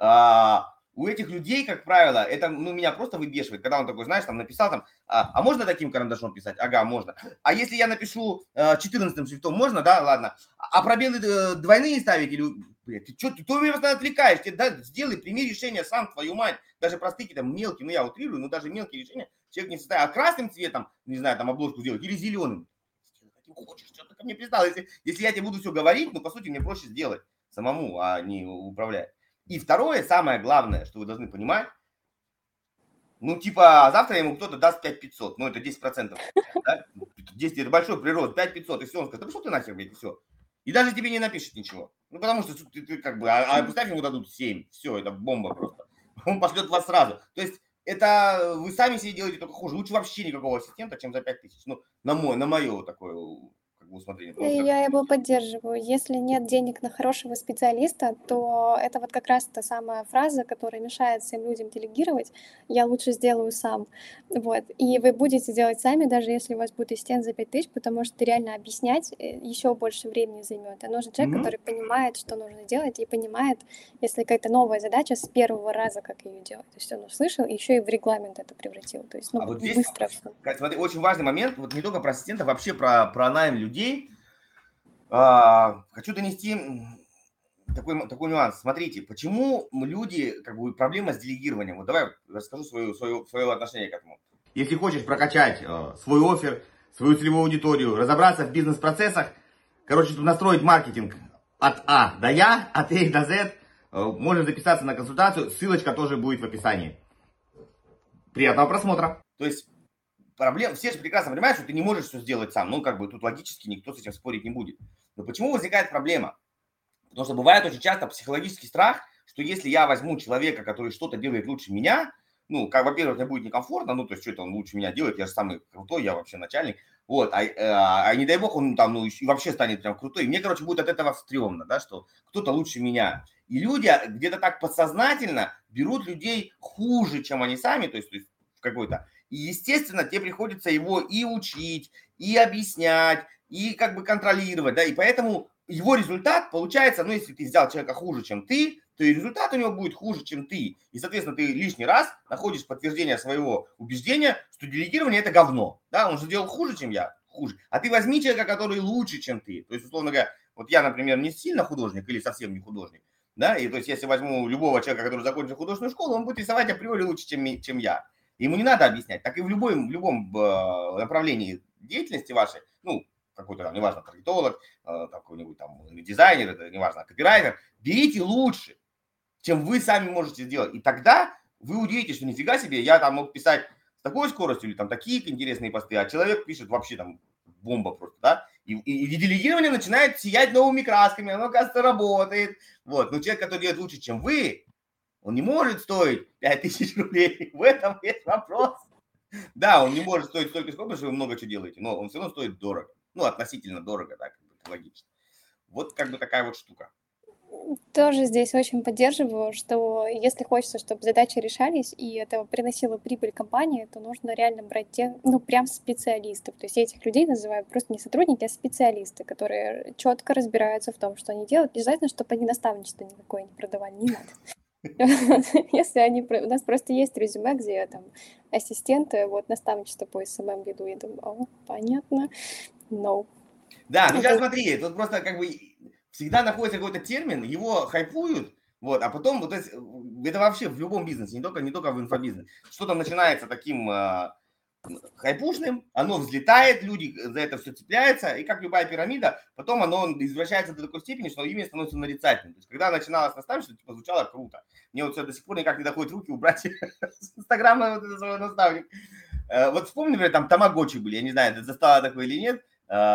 у этих людей, как правило, это, ну, меня просто выбешивает, когда он такой, знаешь, там написал там, а можно таким карандашом писать? Ага, можно. А если я напишу 14 шрифтом, можно? Да, ладно. А пробелы двойные ставить или... Блядь, ты меня постоянно отвлекаешь? Сделай, прими решение сам, твою мать. Даже простые там мелкие, ну я утрирую, но даже мелкие решения человек не составит. А красным цветом, не знаю, там обложку сделать или зеленым. Каким хочешь, что ты ко мне пристал. Если я тебе буду все говорить, ну по сути мне проще сделать самому, а не управлять. И второе, самое главное, что вы должны понимать, ну, типа, завтра ему кто-то даст 5500, ну, это 10%, да? 10, это большой прирост, 5500, и все, он скажет, да пошел ты нахер, блядь, и все. И даже тебе не напишет ничего. Ну, потому что ты как бы, представь, ему дадут 7, все, это бомба просто. Он пошлет вас сразу. То есть, это вы сами себе делаете только хуже. Лучше вообще никакого ассистента, чем за 5000. Ну, на мое такое, как бы усмотрение. Я его поддерживаю. Если нет денег на хорошего специалиста, то это вот как раз та самая фраза, которая мешает всем людям делегировать. Я лучше сделаю сам. Вот. И вы будете делать сами, даже если у вас будет ассистент за 5000, потому что реально объяснять еще больше времени займет. А нужен человек, который понимает, что нужно делать, и понимает, если какая-то новая задача, с первого раза, как ее делать. То есть он услышал, и еще и в регламент это превратил. То есть, вот здесь, быстро. Смотри, очень важный момент, вот не только про ассистента, вообще про найм людей. Хочу донести такой нюанс. Смотрите, почему люди, как бы, проблема с делегированием. Вот давай расскажу свое отношение к этому. Если хочешь прокачать свой оффер, свою целевую аудиторию, разобраться в бизнес-процессах, короче, настроить маркетинг от А до Я, от А до З, можешь записаться на консультацию, ссылочка тоже будет в описании. Приятного просмотра. То есть проблема, все же прекрасно понимают, что ты не можешь все сделать сам. Ну, как бы тут логически никто с этим спорить не будет. Но почему возникает проблема? Потому что бывает очень часто психологический страх, что если я возьму человека, который что-то делает лучше меня, ну, как, во-первых, мне будет некомфортно, ну, то есть, что это он лучше меня делает, я же самый крутой, я вообще начальник, вот, а не дай бог, он там, ну, и вообще станет прям крутой, и мне, короче, будет от этого стрёмно, да, что кто-то лучше меня. И люди где-то так подсознательно берут людей хуже, чем они сами, то есть какой-то. И, естественно, тебе приходится его и учить, и объяснять, и как бы контролировать, да, и поэтому его результат получается, ну, если ты взял человека хуже, чем ты, то и результат у него будет хуже, чем ты. И, соответственно, ты лишний раз находишь подтверждение своего убеждения, что делегирование – это говно. Да, он же делал хуже, чем я, хуже. А ты возьми человека, который лучше, чем ты. То есть, условно говоря, вот я, например, не сильно художник или совсем не художник, да, и то есть, если возьму любого человека, который закончил художественную школу, он будет рисовать априори лучше, чем я. Ему не надо объяснять. Так и в любом направлении деятельности вашей, ну, какой-то там, неважно, таргетолог, какой-нибудь там дизайнер, это неважно, копирайтер, берите лучше, чем вы сами можете сделать. И тогда вы удивитесь, что нифига себе, я там мог писать с такой скоростью или там такие интересные посты, а человек пишет вообще там бомба просто, да, и делегирование начинает сиять новыми красками, оно, оказывается, работает. Вот, но человек, который делает лучше, чем вы, он не может стоить 5000 рублей. В этом есть вопрос. Да, он не может стоить столько, сколько, что вы много чего делаете, но он все равно стоит дорого. Ну, относительно дорого, да, как бы, это логично. Вот как бы такая вот штука. Тоже здесь очень поддерживаю, что если хочется, чтобы задачи решались, и это приносило прибыль компании, то нужно реально брать тех, ну, прям специалистов. То есть я этих людей называю просто не сотрудники, а специалисты, которые четко разбираются в том, что они делают. Не обязательно, чтобы они наставничество никакое не продавали, не надо. Если они... У нас просто есть резюме, где там ассистенты, вот наставничество по СММ веду. Я думаю, понятно, no. Да, ну сейчас смотри, тут просто как бы всегда находится какой-то термин, его хайпуют, вот, а потом вот это вообще в любом бизнесе, не только в инфобизнесе. Что-то начинается таким хайпушным, оно взлетает, люди за это все цепляются, и как любая пирамида, потом оно извращается до такой степени, что имя становится нарицательным. То есть, когда начиналось наставничество, типа, звучало круто. Мне вот все до сих пор никак не доходит руки убрать с Инстаграма вот это свой наставник. Вот вспомни, например, там тамагочи были, я не знаю, ты застала такое или нет,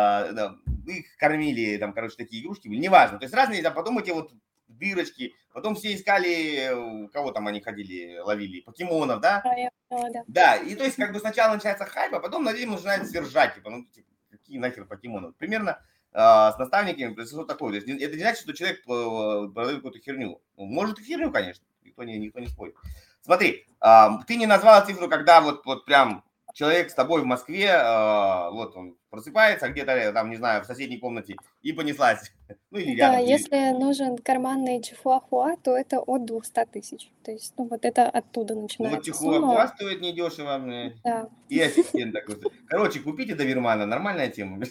их кормили, там, короче, такие игрушки были, неважно. То есть разные, а потом эти вот дырочки, потом все искали, кого там они ходили, ловили, покемонов, да? Да, и то есть как бы сначала начинается хайп, а потом на время начинает свержать, типа, ну, типа, какие нахер покемоны. Примерно с наставниками произошло такое. То есть это не значит, что человек продает какую-то херню. Ну, может и херню, конечно, никто не спорит. Смотри, ты не назвала цифру, когда вот прям человек с тобой в Москве, вот он просыпается где-то там, не знаю, в соседней комнате и понеслась. Ну, или да, рядом, если нужен карманный чихуахуа, то это от 200 тысяч. То есть, ну, вот это оттуда начинается. Ну, вот чихуахуа стоит недешево. Да. И ассистент такой. Короче, купите добермана, нормальная тема.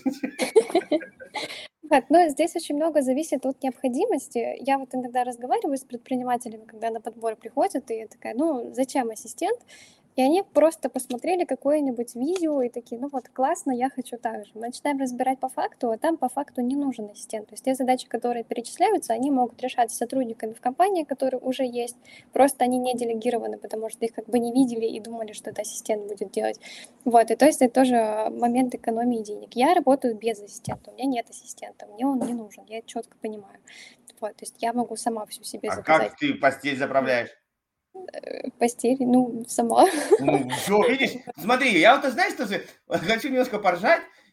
Но здесь очень много зависит от необходимости. Я вот иногда разговариваю с предпринимателями, когда на подбор приходят, и я такая, ну, зачем ассистент? И они просто посмотрели какое-нибудь видео и такие, ну вот классно, я хочу так же. Мы начинаем разбирать по факту, а там по факту не нужен ассистент. То есть те задачи, которые перечисляются, они могут решаться сотрудниками в компании, которые уже есть. Просто они не делегированы, потому что их как бы не видели и думали, что это ассистент будет делать. Вот, и то есть это тоже момент экономии денег. Я работаю без ассистента, у меня нет ассистента, мне он не нужен, я это четко понимаю. Вот, то есть я могу сама всю себе заказать. А как ты постель заправляешь? Постель, ну, сама. Ну, все, видишь? Смотри, я вот, знаешь, тоже хочу немножко поржать.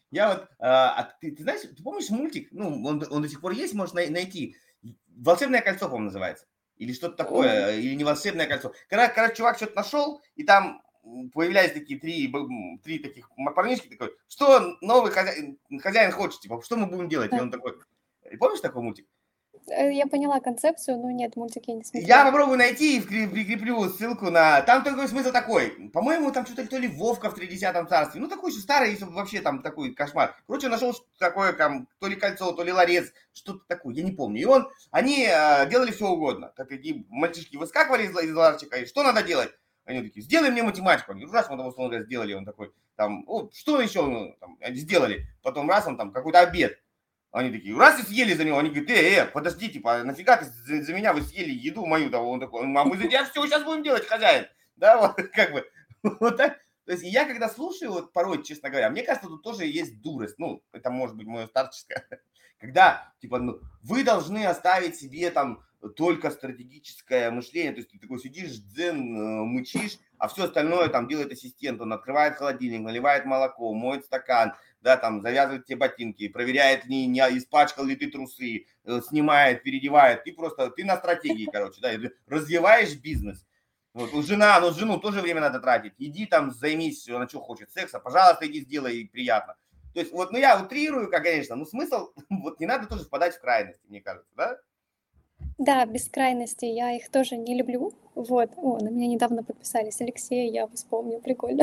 Я вот, ты знаешь, ты помнишь мультик, ну, он до сих пор есть, можешь найти. «Волшебное кольцо», по-моему, называется. Или что-то такое, или не «Волшебное кольцо». Когда чувак что-то нашел, и там появлялись такие три таких парнишки, такой, что новый хозяин хочет, типа, что мы будем делать? И он такой, помнишь такой мультик? Я поняла концепцию, но нет, мультик я не Я смотрела. попробую найти и прикреплю ссылку на... Там такой смысл такой. По-моему, там что-то то ли Вовка в 30-м царстве. Ну, такой еще старый, вообще там такой кошмар. Короче, он нашел такое, там, то ли кольцо, то ли ларец, что-то такое, я не помню. И они делали все угодно. Как такие мальчишки выскакивали из ларчика, и что надо делать? Они такие, сделай мне математику. Они раз, он условно говоря, сделали, он такой, там, что еще сделали? Потом раз, он там, какой-то обед. Они такие, раз и съели за него. Они говорят, подожди, типа, нафига ты за меня вы съели еду мою? Да, он такой, а мы за тебя все сейчас будем делать, хозяин. Да, вот как бы, вот так. То есть я когда слушаю, вот порой, честно говоря, мне кажется, тут тоже есть дурость. Ну, это может быть мое старческое. Когда, типа, вы должны оставить себе там только стратегическое мышление. То есть ты такой сидишь, дзен, мычишь, а все остальное там делает ассистент. Он открывает холодильник, наливает молоко, моет стакан, да, там, завязывает тебе ботинки, проверяет, не испачкал ли ты трусы, снимает, переодевает. Ты на стратегии, короче, да, развиваешь бизнес. Вот, жену тоже время надо тратить. Иди там, займись, она что хочет, секса, пожалуйста, иди сделай, приятно. То есть, вот, я утрирую, конечно, но смысл, вот, не надо тоже впадать в крайности, мне кажется, да? Да, без крайностей, я их тоже не люблю. Вот, на меня недавно подписались Алексей, я вспомню, прикольно.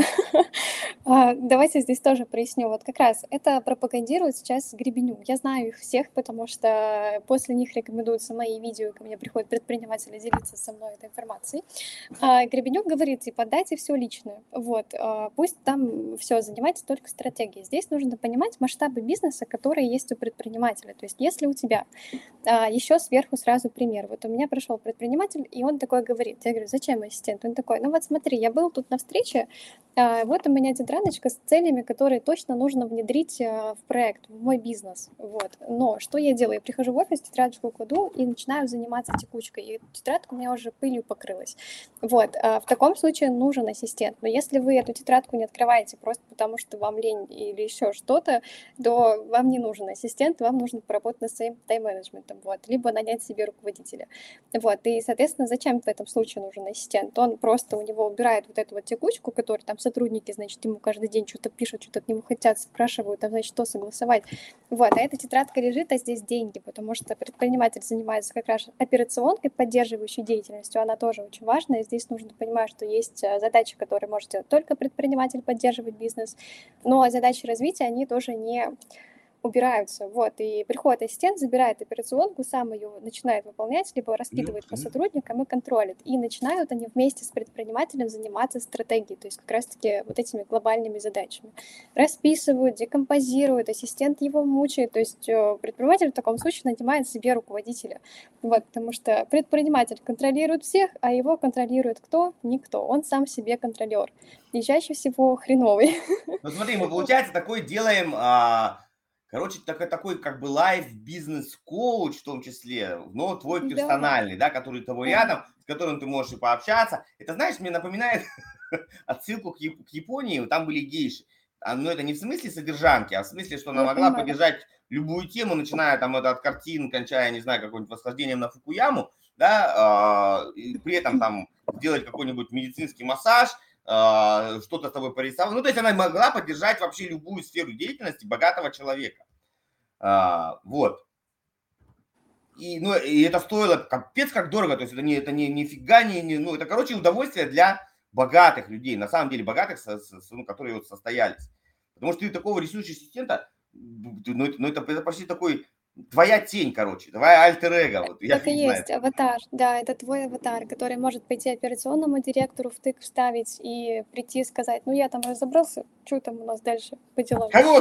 Давайте здесь тоже проясню. Вот как раз это пропагандирует сейчас Гребенюк. Я знаю их всех, потому что после них рекомендуются мои видео, ко мне приходят предприниматели делиться со мной этой информацией. Гребенюк говорит, типа, дайте все личное. Вот, пусть там все, занимайтесь только стратегией. Здесь нужно понимать масштабы бизнеса, которые есть у предпринимателя. То есть если у тебя еще сверху сразу пример. Вот у меня пришел предприниматель, и он такой говорит, я говорю, зачем ассистент? Он такой, ну вот смотри, я был тут на встрече, вот у меня тетрадочка с целями, которые точно нужно внедрить в проект, в мой бизнес. Вот. Но что я делаю? Я прихожу в офис, тетрадочку кладу и начинаю заниматься текучкой. И тетрадка у меня уже пылью покрылась. Вот. В таком случае нужен ассистент. Но если вы эту тетрадку не открываете просто потому, что вам лень или еще что-то, то вам не нужен ассистент, вам нужно поработать над своим тайм-менеджментом. Вот. Либо нанять себе руководителя. Вот. И, соответственно, зачем в этом случае нужен ассистент? Он просто у него убирает вот эту вот текучку, которая там сотрудники, значит, ему каждый день что-то пишут, что-то от него хотят, спрашивают, там, значит, что согласовать. Вот, а эта тетрадка лежит, а здесь деньги, потому что предприниматель занимается как раз операционкой, поддерживающей деятельностью, она тоже очень важная. Здесь нужно понимать, что есть задачи, которые может делать только предприниматель, поддерживать бизнес, но задачи развития, они тоже не убираются, вот, и приходит ассистент, забирает операционку, сам ее начинает выполнять, либо раскидывает по сотрудникам и контролит, и начинают они вместе с предпринимателем заниматься стратегией, то есть как раз-таки вот этими глобальными задачами. Расписывают, декомпозируют, ассистент его мучает, то есть предприниматель в таком случае нанимает себе руководителя, вот, потому что предприниматель контролирует всех, а его контролирует кто? Никто, он сам себе контролер, и чаще всего хреновый. Ну смотри, мы, получается, такой делаем... Короче, такой как бы лайф-бизнес-коуч в том числе, но твой персональный, да, который того рядом, с которым ты можешь и пообщаться. Это, знаешь, мне напоминает отсылку к Японии, там были гейши. Но это не в смысле содержанки, а в смысле, что она могла поддержать любую тему, начиная там от картин, кончая, не знаю, каким-нибудь восхождением на Фукуяму, да, и при этом там сделать какой-нибудь медицинский массаж, что-то с тобой порисовать. Ну, то есть она могла поддержать вообще любую сферу деятельности богатого человека. Вот. И это стоило капец как дорого. То есть это нифига не... Ну, это, короче, удовольствие для богатых людей. На самом деле богатых, которые вот состоялись. Потому что ты такого рисующего ассистента, это почти такой... Твоя тень, короче, твоя альтер-эго. Вот, так и есть, аватар, да, это твой аватар, который может пойти операционному директору втык вставить и прийти и сказать, ну я там разобрался, что там у нас дальше по делам. Кого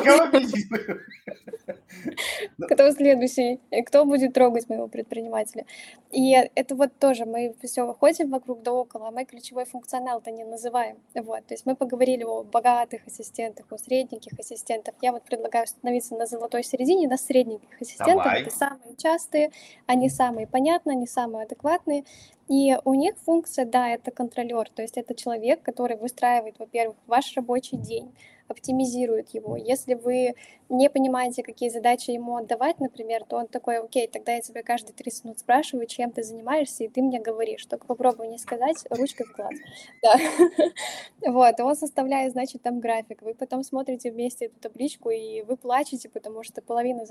Кто следующий, кто будет трогать моего предпринимателя. И это вот тоже мы все выходим вокруг да около, а мы ключевой функционал-то не называем. Вот, то есть мы поговорили о богатых ассистентах, о средненьких ассистентах. Я вот предлагаю остановиться на золотой середине, на средненьких ассистентах. Это самые частые, они самые понятные, они самые адекватные. И у них функция, да, это контролер, то есть это человек, который выстраивает, во-первых, ваш рабочий день, оптимизирует его. Если вы не понимаете, какие задачи ему отдавать, например, то он такой: окей, тогда я тебя каждые 30 минут спрашиваю, чем ты занимаешься, и ты мне говоришь. Только попробуй не сказать ручкой в класс. Да. Вот, и он составляет, значит, там график. Вы потом смотрите вместе эту табличку, и вы плачете, потому что половина,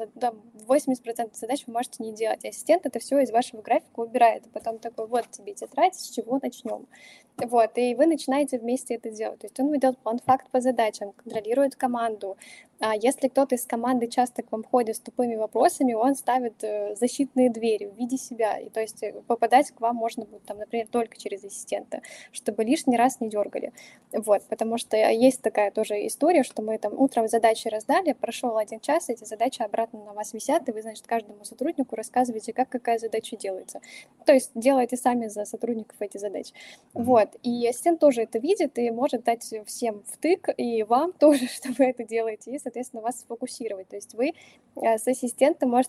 80% задач вы можете не делать. Ассистент это все из вашего графика убирает, и потом такой: вот тебе тетрадь, с чего начнем. Вот, и вы начинаете вместе это делать. То есть он ведет план-факт по задачам, контролирует команду. А если кто-то из команды часто к вам ходит с тупыми вопросами, он ставит защитные двери в виде себя. И то есть попадать к вам можно будет, там, например, только через ассистента, чтобы лишний раз не дергали. Вот, потому что есть такая тоже история, что мы там утром задачи раздали, прошел 1 час, эти задачи обратно на вас висят, и вы, значит, каждому сотруднику рассказываете, как какая задача делается. То есть делаете сами за сотрудников эти задачи. Вот, и ассистент тоже это видит и может дать всем втык, и вам тоже, что вы это делаете, и, соответственно, вас сфокусировать. То есть вы с ассистентом можете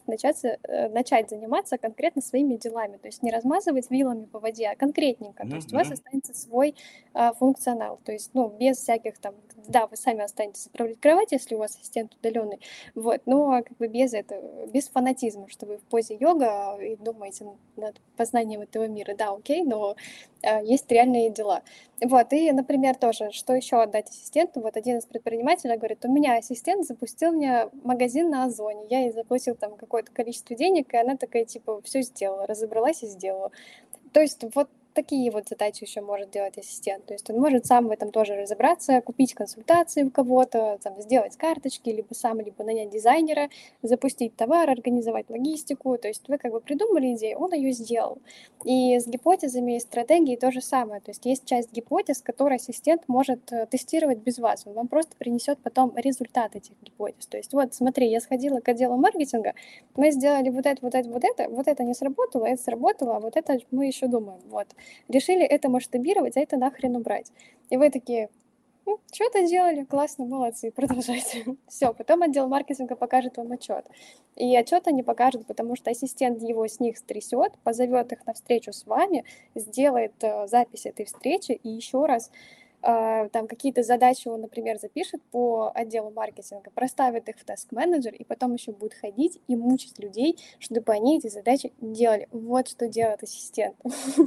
начать заниматься конкретно своими делами, то есть не размазывать вилами по воде, а конкретненько. То есть у вас останется свой функционал, то есть, ну, без всяких там, да, вы сами останетесь заправлять кровать, если у вас ассистент удаленный, вот, но как бы без фанатизма, что вы в позе йога и думаете над познанием этого мира, да, окей, но есть реальные дела. Вот, и, например, тоже, что еще отдать ассистенту? Вот один из предпринимателей говорит: у меня ассистент запустил мне магазин на Озоне, я ей заплатил там какое-то количество денег, и она такая, типа, все сделала, разобралась и сделала. То есть вот такие вот задачи еще может делать ассистент. То есть он может сам в этом тоже разобраться, купить консультации у кого-то, там, сделать карточки, либо сам, либо нанять дизайнера, запустить товар, организовать логистику. То есть вы как бы придумали идею, он ее сделал. И с гипотезами и стратегией то же самое. То есть есть часть гипотез, которые ассистент может тестировать без вас. Он вам просто принесет потом результат этих гипотез. То есть вот смотри, я сходила к отделу маркетинга, мы сделали вот это не сработало, это сработало, а вот это мы еще думаем. Вот. Решили это масштабировать, а это нахрен убрать. И вы такие: что-то делали, классно, молодцы, продолжайте. Все, потом отдел маркетинга покажет вам отчет. И отчет они покажут, потому что ассистент его с них стрясет, позовет их на встречу с вами, сделает запись этой встречи и еще раз там какие-то задачи он, например, запишет по отделу маркетинга, проставит их в таск-менеджер, и потом еще будет ходить и мучить людей, чтобы они эти задачи делали. Вот что делает ассистент.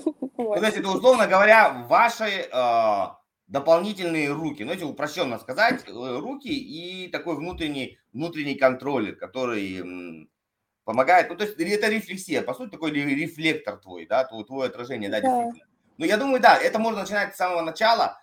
То есть это, условно говоря, ваши дополнительные руки, ну, если упрощенно сказать, руки и такой внутренний контроллер, который помогает, ну, то есть это рефлексия, по сути, такой рефлектор твой, да, твое отражение, да, действительно. Ну, я думаю, да, это можно начинать с самого начала.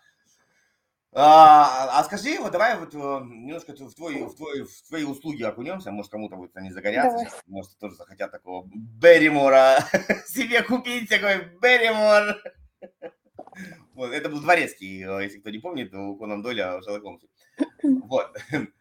А скажи, вот давай вот немножко в твои услуги окунемся, может, кому-то вот они загорятся, сейчас, может, тоже захотят такого Берримора себе купить, такой Берримор. Вот, это был Дворецкий, если кто не помнит, у Конан Дойля Шерлок Холмса. Вот.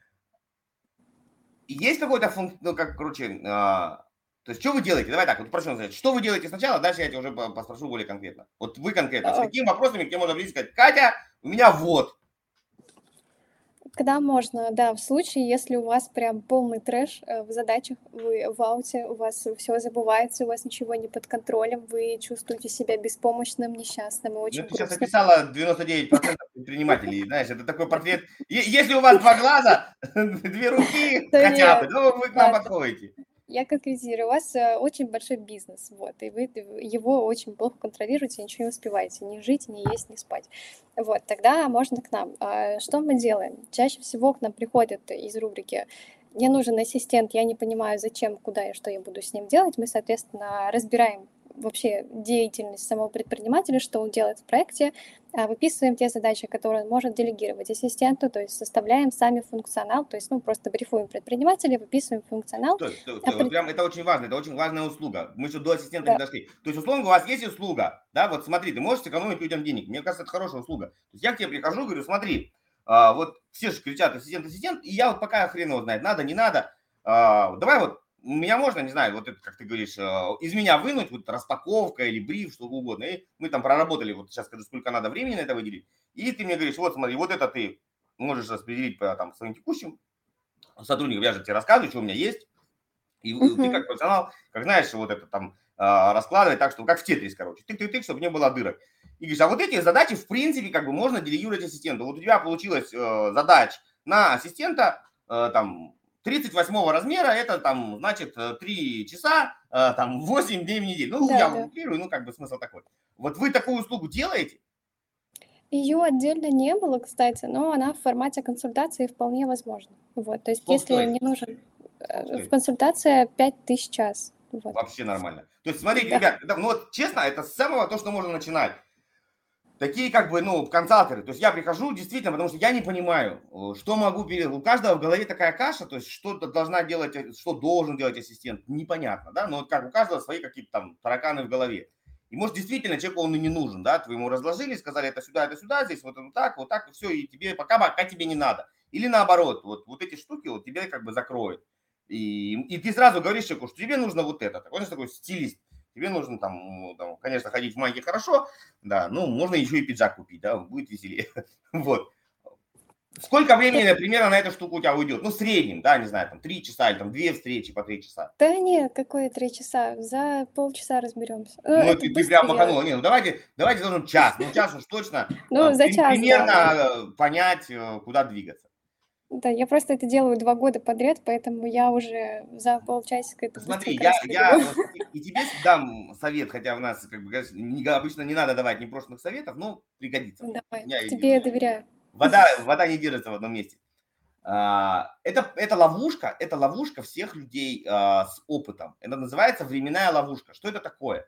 Есть какой-то ну, как, короче, то есть, что вы делаете? Давай так, вот прошу сказать, что вы делаете сначала, дальше я тебя уже поспрошу более конкретно. Вот вы конкретно, с какими вопросами к тебе можно прийти и сказать: Катя, у меня вот. Когда можно, да, в случае, если у вас прям полный трэш в задачах, вы в ауте, у вас все забывается, у вас ничего не под контролем, вы чувствуете себя беспомощным, несчастным и очень грустным. Ты сейчас грустным. описала 99% предпринимателей, знаешь, это такой портрет. Если у вас 2 глаза, 2 руки хотя бы, то вы к нам подходите. Я конкретизирую, у вас очень большой бизнес, вот, и вы его очень плохо контролируете, ничего не успеваете, ни жить, ни есть, ни спать. Вот, тогда можно к нам. Что мы делаем? Чаще всего к нам приходят из рубрики: мне нужен ассистент, я не понимаю, зачем, куда и что я буду с ним делать. Мы, соответственно, разбираем вообще деятельность самого предпринимателя, что он делает в проекте, выписываем те задачи, которые он может делегировать ассистенту, то есть составляем сами функционал, то есть, ну, просто брифуем предпринимателя, выписываем функционал. Вот прям это очень важно, это очень важная услуга. Мы еще до ассистента не дошли. То есть, условно, у вас есть услуга, да, вот смотри, ты можешь сэкономить людям денег. Мне кажется, это хорошая услуга. То есть я к тебе прихожу, говорю: смотри, вот все же кричат ассистент, и я вот пока хрен его знает, надо, не надо, давай вот, у меня можно, не знаю, вот это, как ты говоришь, из меня вынуть, вот распаковка или бриф, что угодно, и мы там проработали, вот сейчас скажу, сколько надо времени на это выделить, и ты мне говоришь: вот смотри, вот это ты можешь распределить по там своим текущим сотрудникам, я же тебе рассказываю, что у меня есть, и ты как профессионал, как знаешь, вот это там раскладывать так, что как в Тетрис, короче, тык-тык-тык, чтобы не было дырок. И говоришь: а вот эти задачи, в принципе, как бы можно делегировать ассистенту. Вот у тебя получилось задач на ассистента там 38 размера, это там, значит, 3 часа, там 8 дней в неделю. Ну, я Да. утрирую, ну, как бы смысл такой. Вот вы такую услугу делаете? Ее отдельно не было, кстати, но она в формате консультации вполне возможна. Вот, то есть Сколько если стоит? мне нужен Сколько в стоит? консультация 5000 час. Вот. Вообще нормально. То есть, смотрите, Да. ребят, ну вот честно, это с самого то, что можно начинать. Такие как бы, ну, консалтеры. То есть я прихожу действительно, потому что я не понимаю, что могу у каждого в голове такая каша, то есть что должна делать, что должен делать ассистент, непонятно, да, но вот как у каждого свои какие-то там тараканы в голове. И может действительно человеку он и не нужен, да, ты ему разложили, сказали это сюда, здесь вот так, и все, и тебе пока тебе не надо. Или наоборот, вот эти штуки вот тебе как бы закроют. И ты сразу говоришь человеку, что тебе нужно вот это. Он же такой стилист. Тебе нужно там, конечно, ходить в майке хорошо, да, ну, можно еще и пиджак купить, да, будет веселее. Вот. Сколько времени примерно на эту штуку у тебя уйдет? Ну, в среднем, да, не знаю, там 3 часа или там 2 встречи по 3 часа. Да нет, какое 3 часа? За полчаса разберемся. Ну, Ну, это ты быстро прям я. маханула. Не, ну давайте должен час. Ну, час уж точно Ну, за час, да. примерно понять, куда двигаться. Да, я просто это делаю 2 года подряд, поэтому я уже за полчасика это Смотри, быстренько распределю. вот и тебе дам совет, хотя у нас как бы обычно не надо давать непрошенных советов, но пригодится. Давай, Я тебе я доверяю. вода не держится в одном месте. Это ловушка всех людей с опытом. Это называется временная ловушка. Что это такое?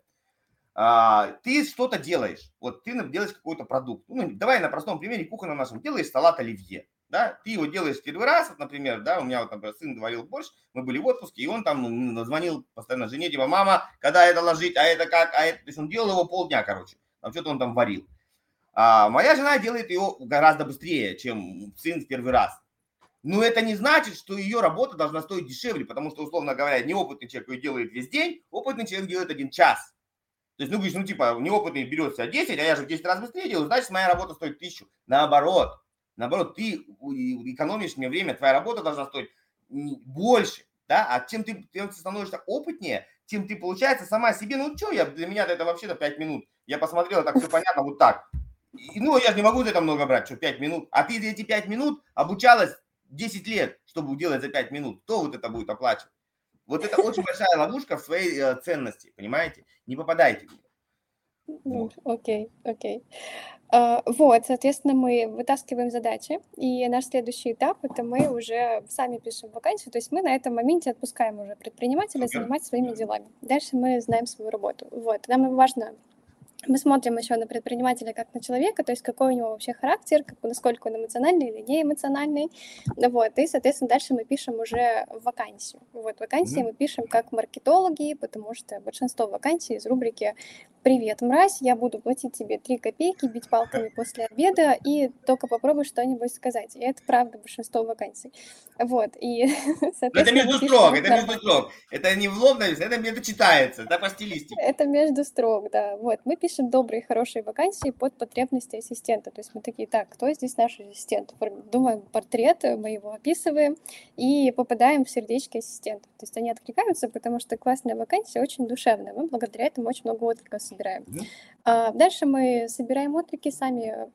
Ты что-то делаешь. Вот ты делаешь какой-то продукт. Ну, давай на простом примере кухонном нашем. Делаешь салат оливье. Да? Ты его делаешь первый раз, вот, например, да, у меня вот, например, сын варил борщ, мы были в отпуске, и он там звонил постоянно жене, типа, мама, когда это ложить, а это как, а это... То есть он делал его полдня, короче, там что-то он там варил. Моя жена делает его гораздо быстрее, чем сын в первый раз. Но это не значит, что ее работа должна стоить дешевле, потому что, условно говоря, неопытный человек ее делает весь день, опытный человек делает 1 час. То есть, ну, говоришь, ну, типа, неопытный берет себя 10, а я же в 10 раз быстрее делаю, значит, моя работа стоит 1000. Наоборот, ты экономишь мне время, твоя работа должна стоить больше, да, а чем ты становишься опытнее, тем ты, получается, сама себе, ну, что, для меня это вообще-то 5 минут. Я посмотрел, так все понятно, вот так. Ну, я же не могу за это много брать, что 5 минут. А ты за эти 5 минут обучалась 10 лет, чтобы делать за 5 минут. Кто вот это будет оплачивать? Вот это очень большая ловушка в своей ценности, понимаете? Не попадайте в нее. Вот. Окей. Вот, соответственно, мы вытаскиваем задачи, и наш следующий этап — это мы уже сами пишем вакансию, то есть мы на этом моменте отпускаем уже предпринимателя заниматься своими делами. Дальше мы знаем свою работу. Вот, нам важно. Мы смотрим еще на предпринимателя как на человека, то есть какой у него вообще характер, насколько он эмоциональный или не эмоциональный. Вот, и, соответственно, дальше мы пишем уже вакансию. Вот, вакансии мы пишем как маркетологи, потому что большинство вакансий из рубрики «Привет, мразь, я буду платить тебе 3 копейки, бить палками после обеда, и только попробуй что-нибудь сказать». И это правда большинство вакансий. Вот, и, соответственно, это между строк. Это не в лоб, это читается, это по стилистике. Это между строк, да. Вот, мы пишем добрые, хорошие вакансии под потребности ассистента. То есть мы такие, так, кто здесь наш ассистент? Думаем портрет, мы его описываем и попадаем в сердечки ассистента. То есть они откликаются, потому что классная вакансия очень душевная. Мы благодаря этому очень много откликов собираем. Дальше мы собираем отклики сами,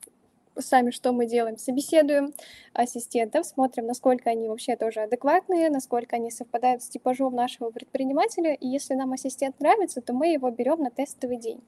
что мы делаем? Собеседуем ассистентов, смотрим, насколько они вообще тоже адекватные, насколько они совпадают с типажом нашего предпринимателя, и если нам ассистент нравится, то мы его берем на тестовый день.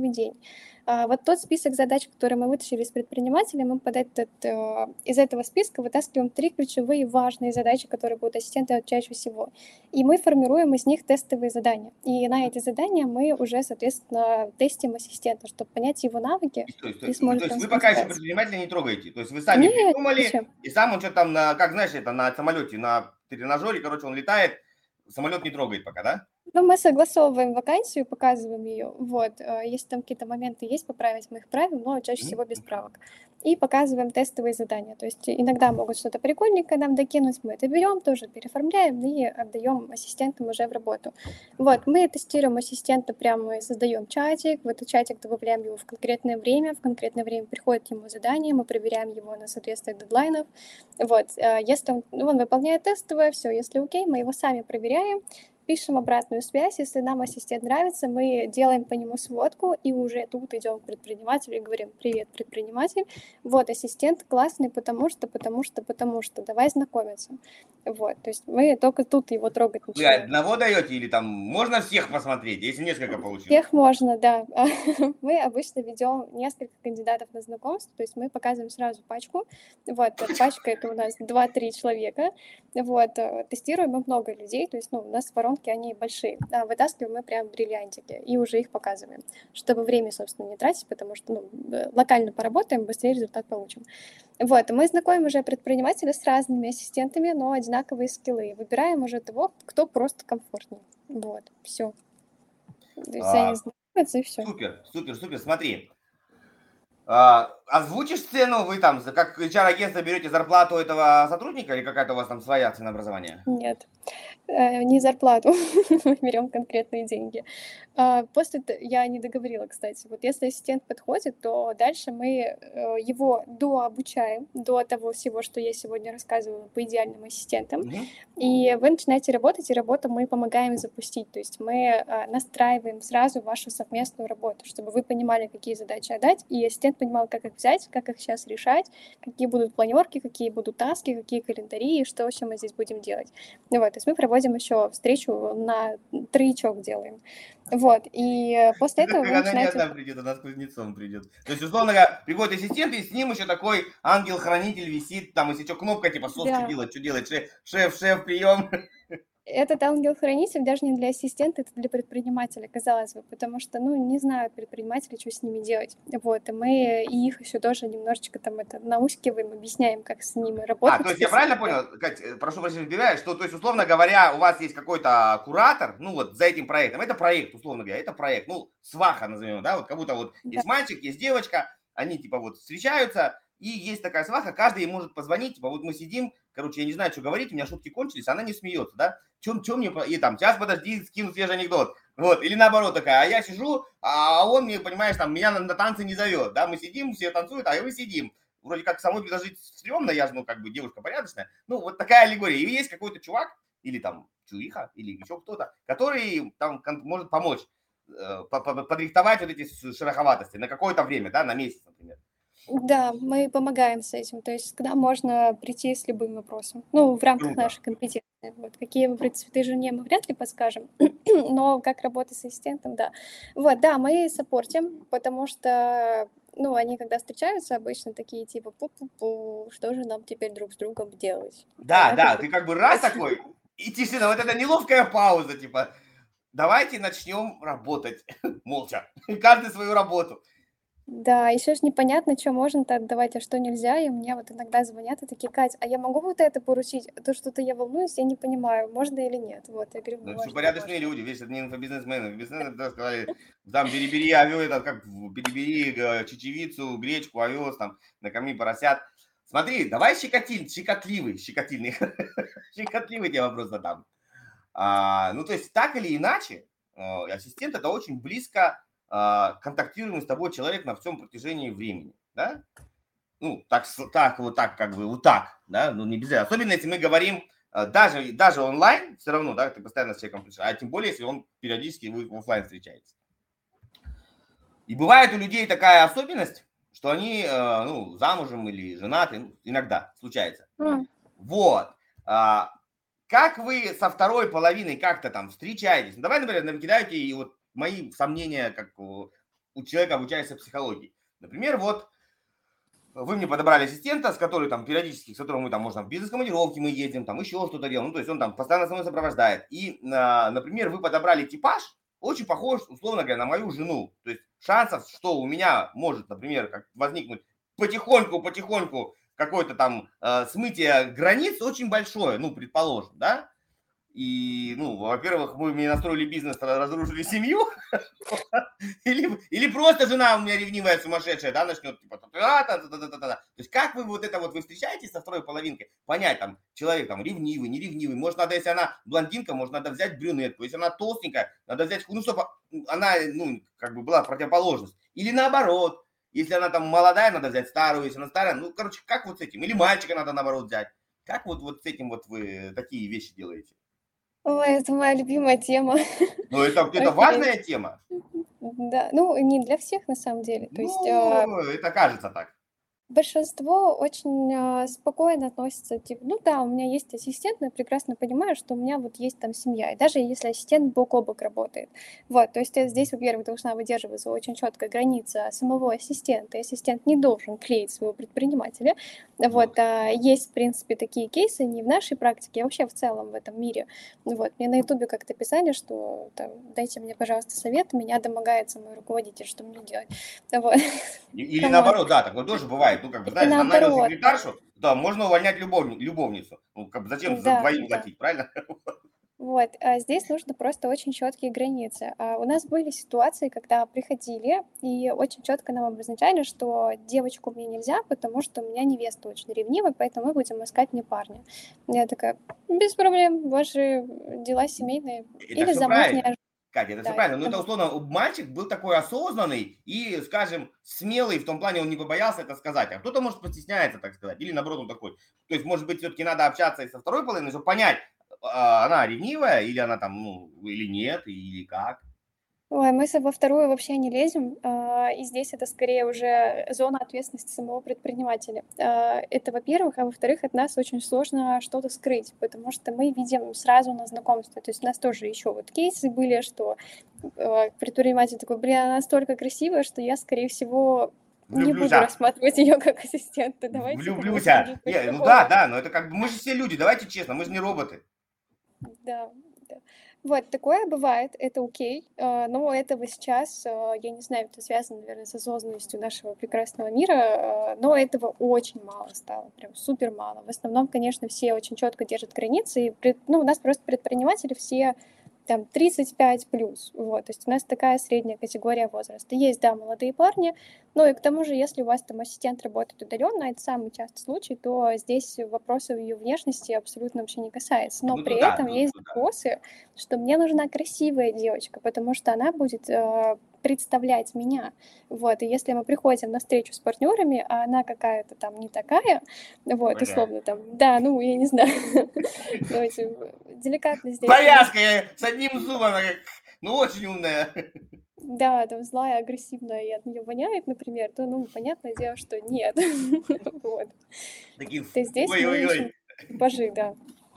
Вот тот список задач, которые мы вытащили из предпринимателя, мы из этого списка вытаскиваем 3 ключевые важные задачи, которые будут ассистенты делать чаще всего. И мы формируем из них тестовые задания. И на эти задания мы уже, соответственно, тестим ассистента, чтобы понять его навыки. То есть вы пока еще предпринимателя не трогаете? То есть вы сами придумали, и сам он что-то там, как знаешь, это на самолете, на тренажере, короче, он летает, самолет не трогает пока, да? Ну, мы согласовываем вакансию, показываем ее. Вот, если там какие-то моменты есть поправить, мы их правим, но чаще всего без правок. И показываем тестовые задания. То есть иногда могут что-то прикольненькое нам докинуть, мы это берем, тоже переоформляем и отдаем ассистентам уже в работу. Вот, мы тестируем ассистента, прямо создаем чатик, в этот чатик добавляем его в конкретное время приходит ему задание, мы проверяем его на соответствие дедлайнов. Вот, если он выполняет тестовое, все, если окей, мы его сами проверяем, пишем обратную связь, если нам ассистент нравится, мы делаем по нему сводку, и уже тут идем к предпринимателю и говорим: привет, предприниматель, вот ассистент классный, потому что, давай знакомиться. Вот, то есть мы только тут его трогать Вы начинаем. одного даете или там можно всех посмотреть, если несколько получилось? Всех можно, да. Мы обычно ведем несколько кандидатов на знакомство, то есть мы показываем сразу пачку. Вот, пачка — это у нас 2-3 человека. Вот, тестируем мы много людей, то есть, у нас воронки, они большие. А вытаскиваем мы прям бриллиантики и уже их показываем, чтобы время, собственно, не тратить, потому что, локально поработаем, быстрее результат получим. Вот, мы знакомим уже предпринимателя с разными ассистентами, но одинаковые скиллы. Выбираем уже того, кто просто комфортнее. Вот, все. То есть они знакомятся, и все. Супер. Смотри. Озвучишь цену, вы там, как HR-агентство, берете зарплату этого сотрудника или какая-то у вас там своя ценообразование? Нет, не зарплату, мы берем конкретные деньги. Я не договорила, кстати. Вот если ассистент подходит, то дальше мы его дообучаем до того всего, что я сегодня рассказывала по идеальным ассистентам. И вы начинаете работать, и работу мы помогаем запустить. То есть мы настраиваем сразу вашу совместную работу, чтобы вы понимали, какие задачи отдать, и ассистент понимал, как их взять, как их сейчас решать, какие будут планерки, какие будут таски, какие календари, и что вообще мы здесь будем делать. Вот, то есть мы проводим еще встречу на троечок делаем. Вот, и после этого вы Она не начинаете... одна придет, она с кузнецом придет. То есть, условно говоря, приходит ассистент, и с ним еще такой ангел-хранитель висит, там, если что, кнопка, типа, СОС, Да. что делать, шеф, прием. Этот ангел-хранитель даже не для ассистента, это для предпринимателя, казалось бы, потому что, не знают предприниматели, что с ними делать. Вот, и мы их еще тоже немножечко там наускиваем, объясняем, как с ними работать. То есть я правильно понял, Кать, прошу прощения, что, то есть, условно говоря, у вас есть какой-то куратор, вот за этим проектом, это проект, условно говоря, это проект, сваха назовем, да, вот как будто вот есть мальчик, есть девочка, они типа вот встречаются, и есть такая сваха, каждый может позвонить, типа вот мы сидим, короче, я не знаю, что говорить, у меня шутки кончились, она не смеется, да, чем мне, и там, сейчас подожди, скину свежий анекдот, вот, или наоборот такая, а я сижу, а он мне, понимаешь, там, меня на танцы не зовет, да, мы сидим, все танцуют, а мы сидим, вроде как самой предложить стрёмно, я же, как бы девушка порядочная, вот такая аллегория, и есть какой-то чувак, или там чуиха, или еще кто-то, который там может помочь подрихтовать вот эти шероховатости на какое-то время, да, на месяц, например. Да, мы помогаем с этим. То есть, когда можно прийти с любым вопросом. В рамках нашей компетенции. Вот, какие выбрать цветы жене, мы вряд ли подскажем. Но как работать с ассистентом, да. Вот, да, мы саппортим, потому что, они когда встречаются, обычно такие типа: пу-пу-пу, что же нам теперь друг с другом делать? Да, ты как бы раз такой, и тишина, вот эта неловкая пауза, типа, давайте начнем работать молча, каждый свою работу. Да, еще ж непонятно, что можно-то отдавать, а что нельзя. И мне вот иногда звонят и такие: Кать, а я могу вот это поручить? А то что-то я волнуюсь, я не понимаю, можно или нет. Вот, я говорю: это все порядочные люди, видишь, это не инфобизнесмены. Бизнесмены сказали, там, перебери овес, перебери чечевицу, гречку, овес, там, накорми поросят. Смотри, давай щекотливый тебе вопрос задам. То есть, так или иначе, ассистент — это очень близко контактируемый с тобой человек на всем протяжении времени, да? Так, да, не без этого. Особенно, если мы говорим, даже онлайн, все равно, да, ты постоянно с человеком встречаешься, а тем более, если он периодически в офлайн встречается. И бывает у людей такая особенность, что они, замужем или женаты, иногда случается. Вот. Как вы со второй половиной как-то там встречаетесь? Давай, например, накидаете и вот мои сомнения, как у человека, обучающегося психологии. Например, вот вы мне подобрали ассистента, с которым там периодически, с которым мы там, можно, в бизнес-командировки мы едем, там еще что-то делаем, то есть он там постоянно со мной сопровождает. И, например, вы подобрали типаж, очень похож, условно говоря, на мою жену. То есть шансов, что у меня может, например, как возникнуть потихоньку какое-то там смытие границ очень большое, предположим, да? И, во-первых, мы мне настроили бизнес, разрушили семью, или просто жена у меня ревнивая, сумасшедшая, да, начнет, типа, то есть как вы вы встречаетесь со второй половинкой, понять, там, человек, там, ревнивый, не ревнивый, может, надо, если она блондинка, может, надо взять брюнетку, если она толстенькая, надо взять, чтобы она, была противоположность, или наоборот, если она там молодая, надо взять старую, если она старая, как вот с этим, или мальчика надо, наоборот, взять, как вот с этим вы такие вещи делаете? Ой, это моя любимая тема. Но это Окей. важная тема. Да, ну, не для всех на самом деле. То есть Ну, это кажется так. большинство очень спокойно относится, типа, ну да, у меня есть ассистент, но я прекрасно понимаю, что у меня вот есть там семья, и даже если ассистент бок о бок работает. Вот, то есть здесь, во-первых, должна выдерживаться очень четкая граница самого ассистента, и ассистент не должен клеить своего предпринимателя. Вот, есть, в принципе, такие кейсы не в нашей практике, а вообще в целом в этом мире. Вот, мне на ютубе как-то писали, что там, дайте мне, пожалуйста, совет, меня домогается мой руководитель, что мне делать. Вот. Или Камон. наоборот, да, такое тоже бывает. Ну, как бы, И знаешь, там нанял наоборот, секретаршу, да, можно увольнять любовницу. Ну, как бы зачем за да, двоим да. платить, правильно? Вот, а здесь нужно просто очень четкие границы. У нас были ситуации, когда приходили и очень четко нам обозначали, что девочку мне нельзя, потому что у меня невеста очень ревнивая, поэтому мы будем искать мне парня. Я такая, без проблем, ваши дела семейные. Это Или все правильно. замужняя. Катя, это все Да, правильно. Но это замуж. условно мальчик был такой осознанный и, скажем, смелый в том плане, он не побоялся это сказать. А кто-то, может, постесняется, так сказать. Или наоборот, он такой. То есть, может быть, все-таки надо общаться и со второй половиной, чтобы понять, она ревнивая, или она там, ну, или нет, или как. Ой, мы во вторую вообще не лезем, и здесь это скорее уже зона ответственности самого предпринимателя. Это, во-первых, а во-вторых, от нас очень сложно что-то скрыть, потому что мы видим сразу на знакомстве. То есть у нас тоже еще вот кейсы были, что предприниматель такой, блин, она настолько красивая, что я, скорее всего, не буду Влюблюся. рассматривать ее как ассистента. Давайте как бы Влюблюся. смотреть Не, ну по-другому. да, но это как бы мы же все люди, давайте честно, мы же не роботы. Да, да. Вот, такое бывает, это окей, но этого сейчас, я не знаю, это связано, наверное, с осознанностью нашего прекрасного мира, но этого очень мало стало, прям супер мало. В основном, конечно, все очень четко держат границы, и, ну, у нас просто предприниматели все там 35 плюс, вот, то есть у нас такая средняя категория возраста. Есть, да, молодые парни, ну и к тому же, если у вас там ассистент работает удаленно, это самый частый случай, то здесь вопросов ее внешности абсолютно вообще не касается. Но Ну, при тут да, этом есть тут да. запросы, что мне нужна красивая девочка, потому что она будет представлять меня. Вот, и если мы приходим на встречу с партнерами, а она какая-то там не такая, вот, Такая. условно там, да, ну, я не знаю, давайте деликатно здесь. Повязка с одним зубом, ну, очень умная. Да, там злая, агрессивная, и от нее воняет, например, то, ну, понятное дело, что нет. Вот. Такие, То есть здесь мы ищем ой-ой-ой. типажи, да.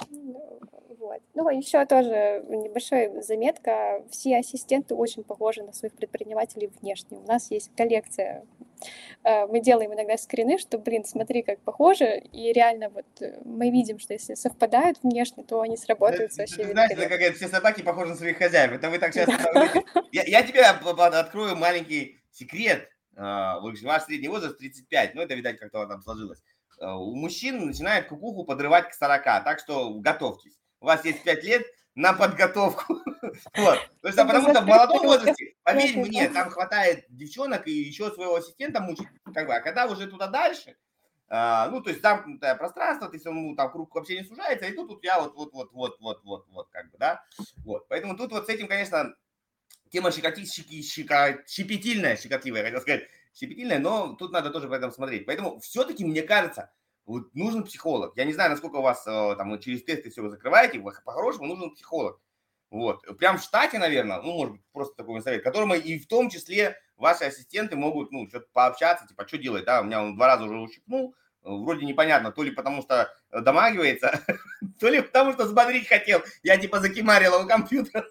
Вот. Ну, еще тоже небольшая заметка. Все ассистенты очень похожи на своих предпринимателей внешне. У нас есть коллекция. Мы делаем иногда скрины, что, блин, смотри, как похоже. И реально вот мы видим, что если совпадают внешне, то они сработают вообще Ты знаешь, это великолепно. как все собаки похожи на своих хозяев. Это вы так часто говорите. Я тебе открою маленький секрет. В общем, ваш средний возраст 35. Ну, это, видать, как-то там сложилось. У мужчин начинает кукуху подрывать к 40. Так что готовьтесь. У вас есть 5 лет на подготовку. Вот. То есть, потому что в молодом возрасте, поверь мне, там хватает девчонок и еще своего ассистента мучить. Как бы, а когда уже туда дальше, ну, то есть замкнутое пространство, то есть он, там круг вообще не сужается, и тут я вот, как бы, да, вот. Поэтому тут вот с этим, конечно, тема щепетильная, щекотливая, хотел сказать, щепетильная, но тут надо тоже по этому смотреть. Поэтому все-таки, мне кажется, вот нужен психолог. Я не знаю, насколько у вас там через тесты все вы закрываете, по-хорошему нужен психолог. Вот. Прям в штате, наверное, ну, может быть, просто такой совет, которому и в том числе ваши ассистенты могут, ну, что-то пообщаться, типа, что делать, да, у меня он 2 раза уже ущипнул, вроде непонятно, то ли потому что домагивается, то ли потому что взбодрить хотел, я типа закимарила у компьютера.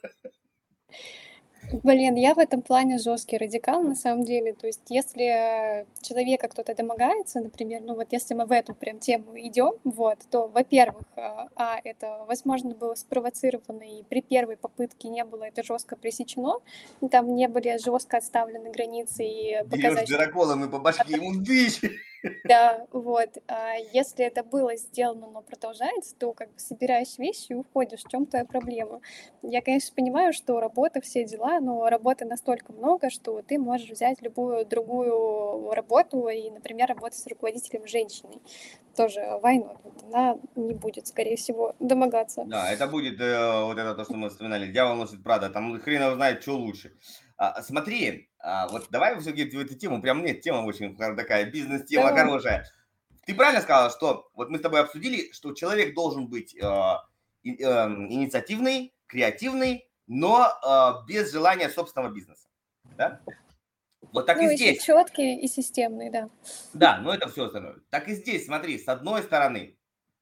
Блин, я в этом плане жесткий радикал на самом деле. То есть, если человека кто-то домогается, например, ну вот если мы в эту прям тему идем, вот, то, во-первых, это, возможно, было спровоцировано, и при первой попытке не было это жестко пресечено, там не были жестко отставлены границы и Берешь дыроколом и по башке ему дышь. Да, вот. А если это было сделано, но продолжается, то как бы собираешь вещи и уходишь. В чем твоя проблема? Я, конечно, понимаю, что работа, все дела, но работы настолько много, что ты можешь взять любую другую работу и, например, работать с руководителем женщиной. Тоже why not? Она не будет, скорее всего, домогаться. Да, это будет вот это то, что мы вспоминали. Дьявол носит Прада. Там хрен его знает, что лучше. Смотри, вот давай все-таки в эту тему, прям нет, тема очень такая, бизнес-тема хорошая. Ты правильно сказала, что вот мы с тобой обсудили, что человек должен быть инициативный, креативный, но без желания собственного бизнеса. Да? Вот так и здесь. Четкий и системный, да. Да, но это все остальное. Так и здесь, смотри, с одной стороны,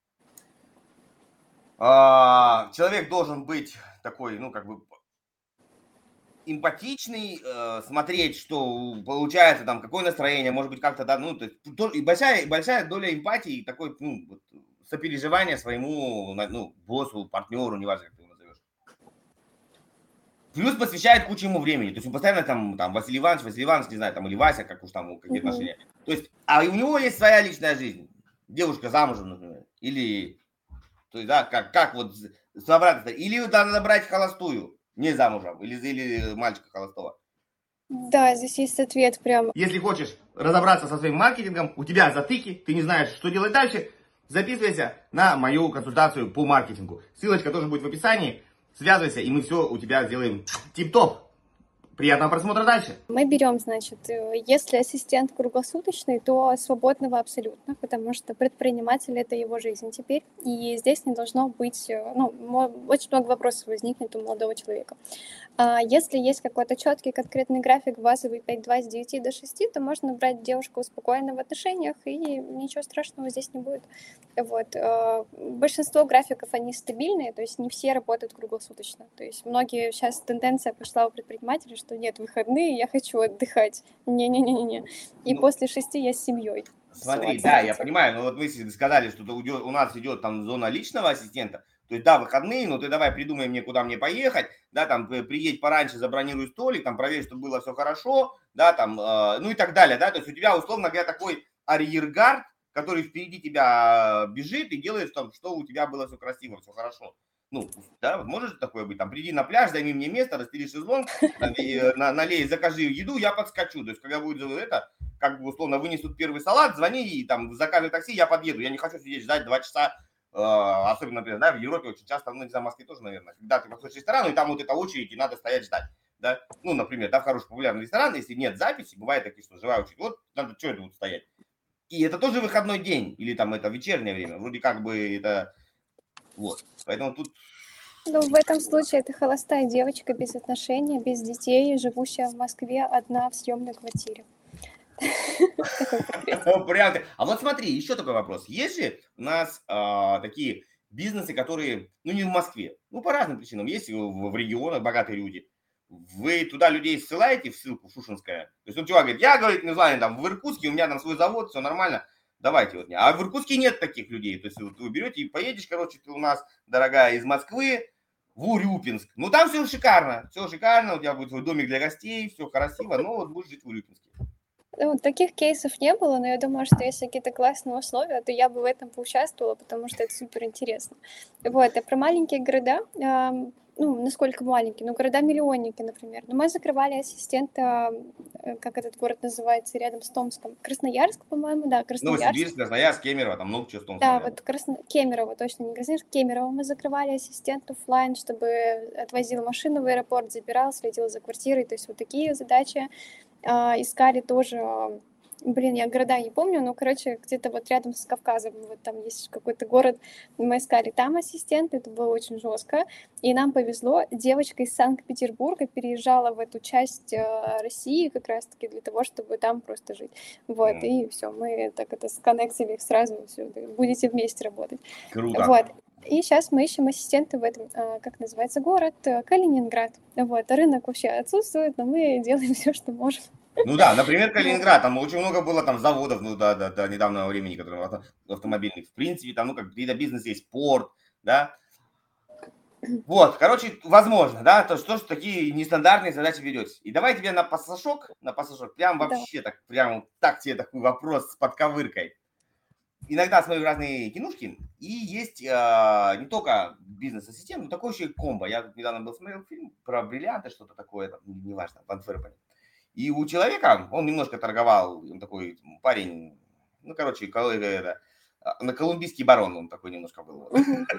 человек должен быть такой, эмпатичный, смотреть, что получается, там, какое настроение, может быть, как-то, да, то есть, и большая доля эмпатии, такой, сопереживания своему, боссу, партнеру, неважно, как ты его назовешь. Плюс посвящает кучу ему времени. То есть он постоянно там Василий Иванович, не знаю, там, или Вася, как уж там, какие отношения. То есть, у него есть своя личная жизнь. Девушка замужем, например. Или, то есть, да, как вот собраться. Или надо брать холостую, не замужем. Или мальчика холостого. Да, здесь есть ответ прям. Если хочешь разобраться со своим маркетингом, у тебя затыки, ты не знаешь, что делать дальше, записывайся на мою консультацию по маркетингу. Ссылочка тоже будет в описании. Связывайся, и мы все у тебя сделаем тип-топ. Приятного просмотра дальше. Мы берем, значит, если ассистент круглосуточный, то свободного абсолютно, потому что предприниматель — это его жизнь теперь, и здесь не должно быть, очень много вопросов возникнет у молодого человека. Если есть какой-то четкий конкретный график, базовый 5-2 с 9 до 6, то можно брать девушку спокойно в отношениях, и ничего страшного здесь не будет. Вот. Большинство графиков, они стабильные, то есть не все работают круглосуточно. То есть многие, сейчас тенденция пошла у предпринимателей, что нет, выходные, я хочу отдыхать. Не-не-не-не. И после 6 я с семьей. Смотри, да, я понимаю, но вот вы сказали, что у нас идет там зона личного ассистента. То есть, да, выходные, но ты давай придумай мне, куда мне поехать, да, там, приедь пораньше, забронируй столик, там, проверь, чтобы было все хорошо, да, там, и так далее, да, то есть у тебя, условно говоря, такой арьергард, который впереди тебя бежит и делает, что у тебя было все красиво, все хорошо. Да, вот может такое быть, там, приди на пляж, займи мне место, расстели шезлонг, налей, закажи еду, я подскочу, то есть, когда будет это, как бы, условно, вынесут первый салат, звони, и там, закажи такси, я подъеду, я не хочу сидеть ждать 2 часа, особенно, например, да, в Европе очень часто, не знаю, в Москве тоже, наверное, когда ты подходишь в ресторан, и там вот эта очередь, и надо стоять ждать, да, например, да, в хороший популярный ресторан, если нет записи, бывает такие, что живая очередь, вот надо, что это вот стоять, и это тоже выходной день, или там это вечернее время, вроде как бы это, вот, поэтому тут... в этом случае это холостая девочка без отношений, без детей, живущая в Москве одна в съемной квартире. А вот смотри, еще такой вопрос. Есть же у нас такие бизнесы, которые, не в Москве, по разным причинам, есть в регионах богатые люди. Вы туда людей ссылаете в ссылку Шушинская? То есть чувак говорит, я, говорит, не знаю, там в Иркутске, у меня там свой завод, все нормально, давайте вот мне. А в Иркутске нет таких людей. То есть вы берете и поедешь, короче, ты у нас, дорогая, из Москвы в Урюпинск. Там все шикарно, у тебя будет свой домик для гостей, все красиво, но вот будешь жить в Урюпинске. Таких кейсов не было, но я думаю, что если какие-то классные условия, то я бы в этом поучаствовала, потому что это супер интересно. Вот, а про маленькие города, насколько маленькие, города-миллионники, например. Но мы закрывали ассистента, как этот город называется, рядом с Томском. Красноярск, по-моему, да, Красноярск. Новосибирск, Красноярск, Кемерово, там много чего с Томском. Да, вот Кемерово, точно не Красноярск, Кемерово мы закрывали ассистент оффлайн, чтобы отвозил машину в аэропорт, забирал, следил за квартирой, то есть вот такие задачи. Искали тоже, я города не помню, но, где-то вот рядом с Кавказом, вот там есть какой-то город, мы искали там ассистента, это было очень жестко, и нам повезло, девочка из Санкт-Петербурга переезжала в эту часть России как раз-таки для того, чтобы там просто жить, вот, и все, мы так это сконнектили их сразу, все, будете вместе работать. Круто. Вот. И сейчас мы ищем ассистента в этом, как называется, город Калининград. Вот, рынок вообще отсутствует, но мы делаем все, что можем. Да, например, Калининград, там очень много было там заводов, до недавнего времени, которые автомобильных. В принципе, там, какие-то бизнес есть, порт, да. Вот, возможно, да, то что ж такие нестандартные задачи берете. И давай тебе на пассажок, прям вообще так тебе такой вопрос с подковыркой. Иногда смотрю разные кинушки, и есть не только бизнес-ассистент, но такой еще и комбо. Я недавно смотрел фильм про бриллианты, что-то такое, неважно, в Антверпене. И у человека, он немножко торговал, он такой парень, на колумбийский барон он такой немножко был.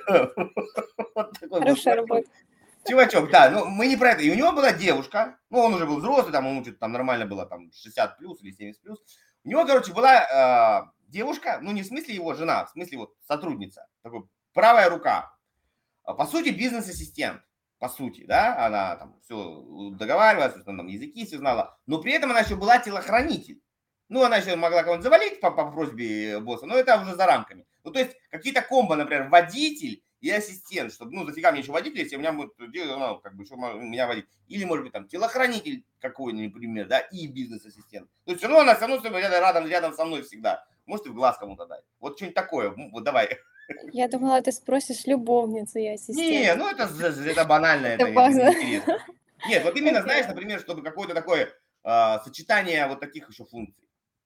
Хорошая работа. Чувачок, да, мы не про это. И у него была девушка, он уже был взрослый, ему что-то там нормально было, 60 плюс или 70 плюс. У него, была девушка, не в смысле его жена, в смысле вот сотрудница, такой правая рука. по сути, бизнес-ассистент. По сути, да, она там все договаривалась, она там языки все знала, но при этом она еще была телохранитель. Ну, она еще могла кого-нибудь завалить по просьбе босса, но это уже за рамками. Ну, то есть какие-то комбо, например, водитель и ассистент, чтобы, ну, зафига мне еще водитель, если у меня будет, ну, как бы еще меня водить. Или, может быть, там, телохранитель какой-нибудь, например, да, и бизнес-ассистент. То есть все равно она все равно рядом со мной всегда. Может, и в глаз кому-то дать. Вот что-нибудь такое, вот давай. Я думала, ты спросишь любовницы и Не, ассистент. ну это банально, Это это база. неинтересно. Нет, вот именно, знаешь, Окей. например, чтобы какое-то такое сочетание вот таких еще функций.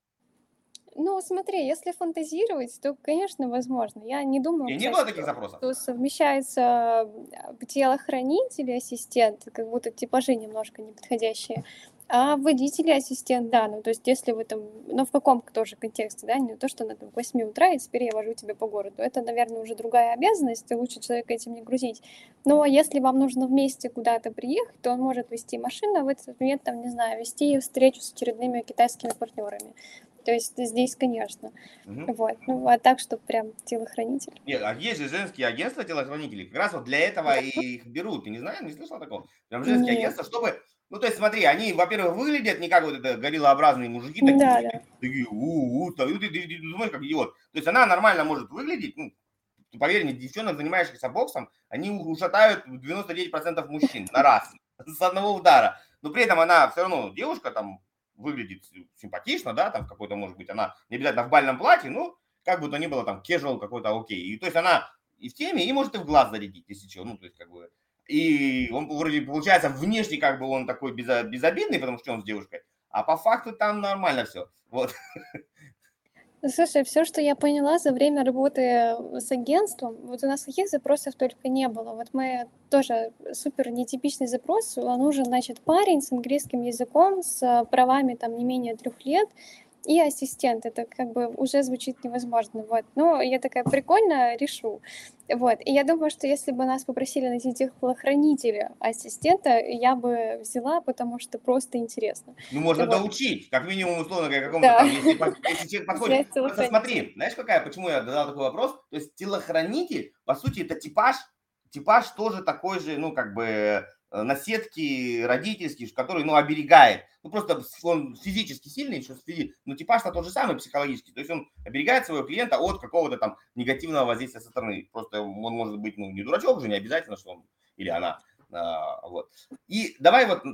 Ну, смотри, если фантазировать, то, конечно, возможно. Я не думаю, Не кстати, было таких запросов? что совмещается телохранитель и ассистент, как будто типажи немножко неподходящие. А водитель и ассистент, да, ну, то есть если вы там, ну, в каком тоже контексте, да, не то, что на там, к 8 утра, и теперь я вожу тебя по городу. Это, наверное, уже другая обязанность, и лучше человека этим не грузить. Но если вам нужно вместе куда-то приехать, то он может вести машину, а в этот момент, там, не знаю, вести встречу с очередными китайскими партнерами. То есть здесь, конечно. Вот. Ну, а так, что прям телохранитель. Нет, а есть же женские агентства телохранителей. Как раз вот для этого и их берут. Ты не знаешь, не слышал такого? Прям женские Нет. агентства, чтобы... Ну, то есть, смотри, они, во-первых, выглядят не как вот это гориллообразные мужики Да, такие, да. такие, ты думаешь, как идиот. То есть она нормально может выглядеть, ну, поверь мне, девчонок, занимающихся боксом, они ушатают 99% мужчин на раз, с одного удара. Но при этом она все равно девушка там выглядит симпатично, да, там какой-то, может быть, она не обязательно в бальном платье, но как бы то ни было, там, casual какой-то, окей. И то есть она и в теме, и может и в глаз зарядить, если что, ну, то есть как бы... И он вроде получается внешне как бы он такой безобидный, потому что он с девушкой, а по факту там нормально все. Вот. Слушай, все, что я поняла за время работы с агентством, вот у нас каких запросов только не было. Вот мы тоже супер нетипичный запрос. Нужен, значит, парень с английским языком, с правами там не менее 3 лет, и ассистент. Это как бы уже звучит невозможно. Вот. Но я такая, прикольно, решу. Вот. И я думаю, что если бы нас попросили найти телохранителя ассистента, я бы взяла, потому что просто интересно. Ну, можно Вот. доучить, как минимум, условно говоря, какому-то Да. там, если человек подходит. Взять Просто телохранителя. смотри, знаешь, почему я задал такой вопрос? То есть телохранитель, по сути, это типаж тоже такой же, ну, как бы, на сетке родительский, который, ну, оберегает. Ну, просто он физически сильный, но типаж-то тот же самый психологический. То есть он оберегает своего клиента от какого-то там негативного воздействия со стороны. Просто он может быть, ну, не дурачок же, не обязательно, что он или она. Вот. И давай вот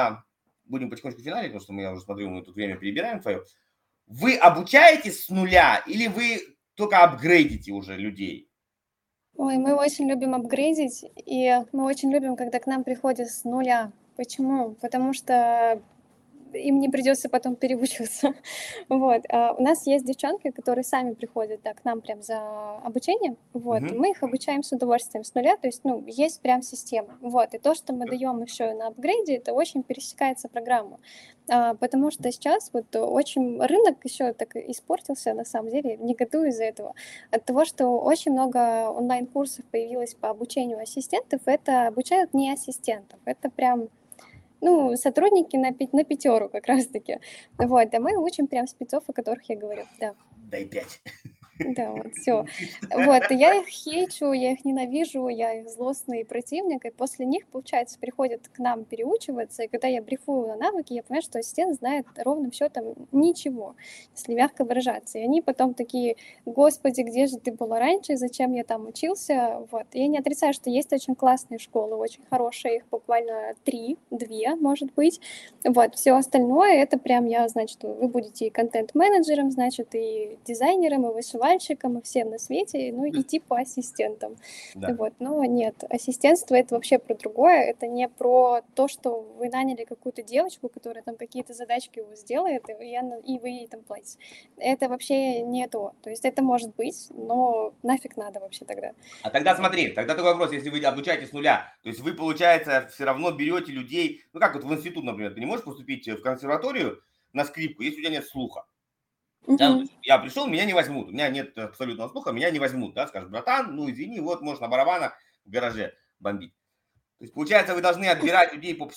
будем потихонечку финалить, потому что я уже смотрю, мы тут время перебираем твое. Вы обучаетесь с нуля или вы только апгрейдите уже людей? Ой, мы очень любим апгрейдить, и мы очень любим, когда к нам приходят с нуля. Почему? Потому что им не придется потом переучиваться. Вот. У нас есть девчонки, которые сами приходят да, к нам прям за обучением. Вот. Угу. Мы их обучаем с удовольствием с нуля, то есть, ну, есть прям система. Вот. И то, что мы даем еще на апгрейде, это очень пересекается программу. Потому что сейчас вот очень рынок еще так испортился, на самом деле, негодую из-за этого. От того, что очень много онлайн-курсов появилось по обучению ассистентов, это обучают не ассистентов, это прям ну, сотрудники на 5 как раз-таки. Вот, а мы учим прям спецов, о которых я говорю, да. Дай 5. Да, вот, все. Вот, и я их хейчу, я их ненавижу, я их злостный противник, и после них, получается, приходят к нам переучиваться, и когда я брифую на навыки, я понимаю, что ассистент знает ровным счетом ничего, если мягко выражаться. И они потом такие, господи, где же ты была раньше, зачем я там учился, вот. И я не отрицаю, что есть очень классные школы, очень хорошие, их буквально 3, 2, может быть. Вот, все остальное, это прям я, значит, вы будете и контент-менеджером, значит, и дизайнером, и вышивальщиком, и всем на свете, ну и типа ассистентом. Да. Вот, но нет, ассистентство это вообще про другое, это не про то, что вы наняли какую-то девочку, которая там какие-то задачки у вас делает, и вы ей там платите. Это вообще не то. То есть это может быть, но нафиг надо вообще тогда. А тогда смотри, тогда такой вопрос, если вы обучаете с нуля, то есть вы, получается, все равно берете людей, ну как вот в институт, например, ты не можешь поступить в консерваторию на скрипку, если у тебя нет слуха. Да, я пришел, меня не возьмут, у меня нет абсолютного слуха, меня не возьмут, да, скажут, братан, ну извини, вот можешь на барабанах в гараже бомбить. То есть, получается, вы должны отбирать людей по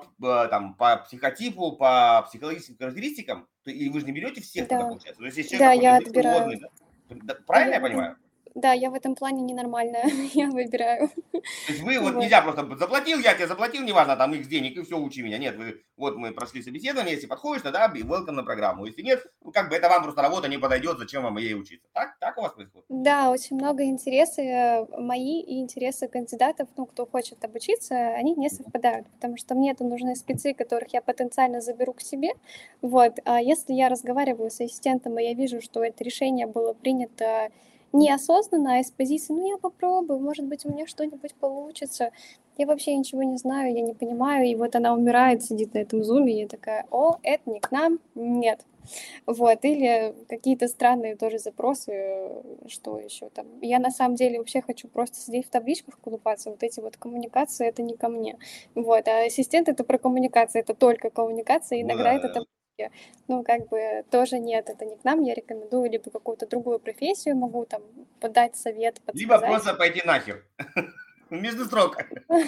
психотипу, по психологическим характеристикам, и вы же не берете всех, да. тогда получается. То есть, если человек да, я отбираю. да? Правильно я понимаю? Да, я в этом плане ненормальная, я выбираю. То есть вы вот Вот. нельзя просто заплатил, я тебе заплатил, неважно, там X денег, и все, учи меня. Нет, вы, вот мы прошли собеседование, если подходишь, тогда welcome на программу. Если нет, ну как бы это вам просто работа не подойдет, зачем вам ей учиться. Так у вас происходит? Да, очень много интересы мои и интересы кандидатов, ну, кто хочет обучиться, они не совпадают, потому что мне это нужны спецы, которых я потенциально заберу к себе. Вот. А если я разговариваю с ассистентом, и я вижу, что это решение было принято неосознанно, а из позиции, ну, я попробую, может быть, у меня что-нибудь получится. Я вообще ничего не знаю, я не понимаю, и вот она умирает, сидит на этом зуме, и я такая, о, это не к нам, нет. Вот, или какие-то странные тоже запросы, что еще там. Я на самом деле вообще хочу просто сидеть в табличках, колупаться, вот эти вот коммуникации, это не ко мне. Вот, а ассистент это про коммуникации, это только коммуникация, Ну иногда это да. таблички. Ну, как бы тоже нет, это не к нам, я рекомендую либо какую-то другую профессию, могу там подать совет, Либо подсказать. просто пойти нахер. Между строк.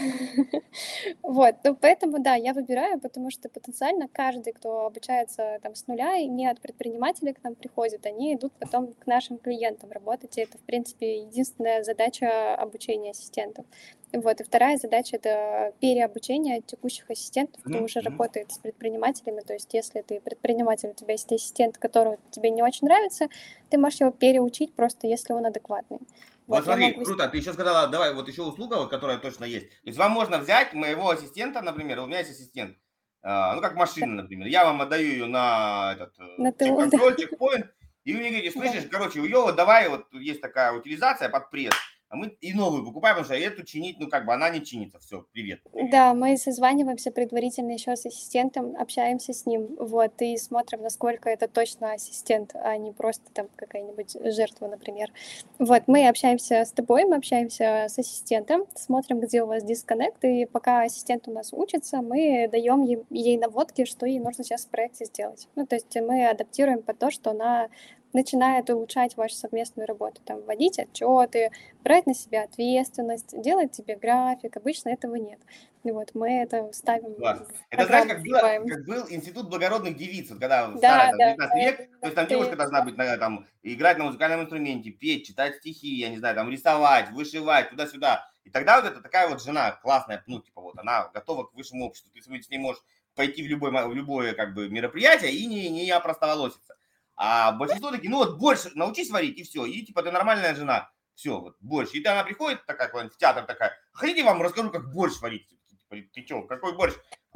Вот, ну поэтому, да, я выбираю, потому что потенциально каждый, кто обучается там с нуля и не от предпринимателей к нам приходит, они идут потом к нашим клиентам работать, и это, в принципе, единственная задача обучения ассистентов. Вот, и вторая задача — это переобучение текущих ассистентов, кто уже работает с предпринимателями, то есть если ты предприниматель, у тебя есть ассистент, который тебе не очень нравится, ты можешь его переучить просто, если он адекватный. Вот Вот, я смотри, могу... круто, ты еще сказала, давай, вот еще услуга, вот, которая точно есть. То есть вам можно взять моего ассистента, например, у меня есть ассистент, ну как машина, например, я вам отдаю ее на этот На ТО, да. чек-контроль, чекпоинт, и вы мне говорите, слышишь, короче, у ее вот давай, вот есть такая утилизация под пресс, а мы и новую покупаем, потому что эту чинить, ну как бы она не чинится, все, привет. Да, мы созваниваемся предварительно еще с ассистентом, общаемся с ним, вот, и смотрим, насколько это точно ассистент, а не просто там какая-нибудь жертва, например. Вот, мы общаемся с тобой, мы общаемся с ассистентом, смотрим, где у вас дисконнект, и пока ассистент у нас учится, мы даем ей наводки, что ей нужно сейчас в проекте сделать. Ну, то есть мы адаптируем под то, что она начинает улучшать вашу совместную работу, там, вводить отчеты, брать на себя ответственность, делать тебе график. Обычно этого нет. И вот мы это ставим Класс. в Это знаешь, программу, как, вбиваем. как был институт благородных девиц, вот когда старый Да, там, да, 19 век, это то есть там ты- девушка должна быть, там, играть на музыкальном инструменте, петь, читать стихи, я не знаю, там, рисовать, вышивать, туда-сюда. И тогда вот это такая вот жена классная, ну, типа вот, она готова к высшему обществу. Ты с ней можешь пойти в любое как бы мероприятие и не опростоволоситься. А большинство такие, ну вот больше научись варить, и все. И типа ты нормальная жена. Все, вот больше. И она приходит такая в театр такая, хотите, я вам расскажу, как борщ варить? Ты что, какой борщ?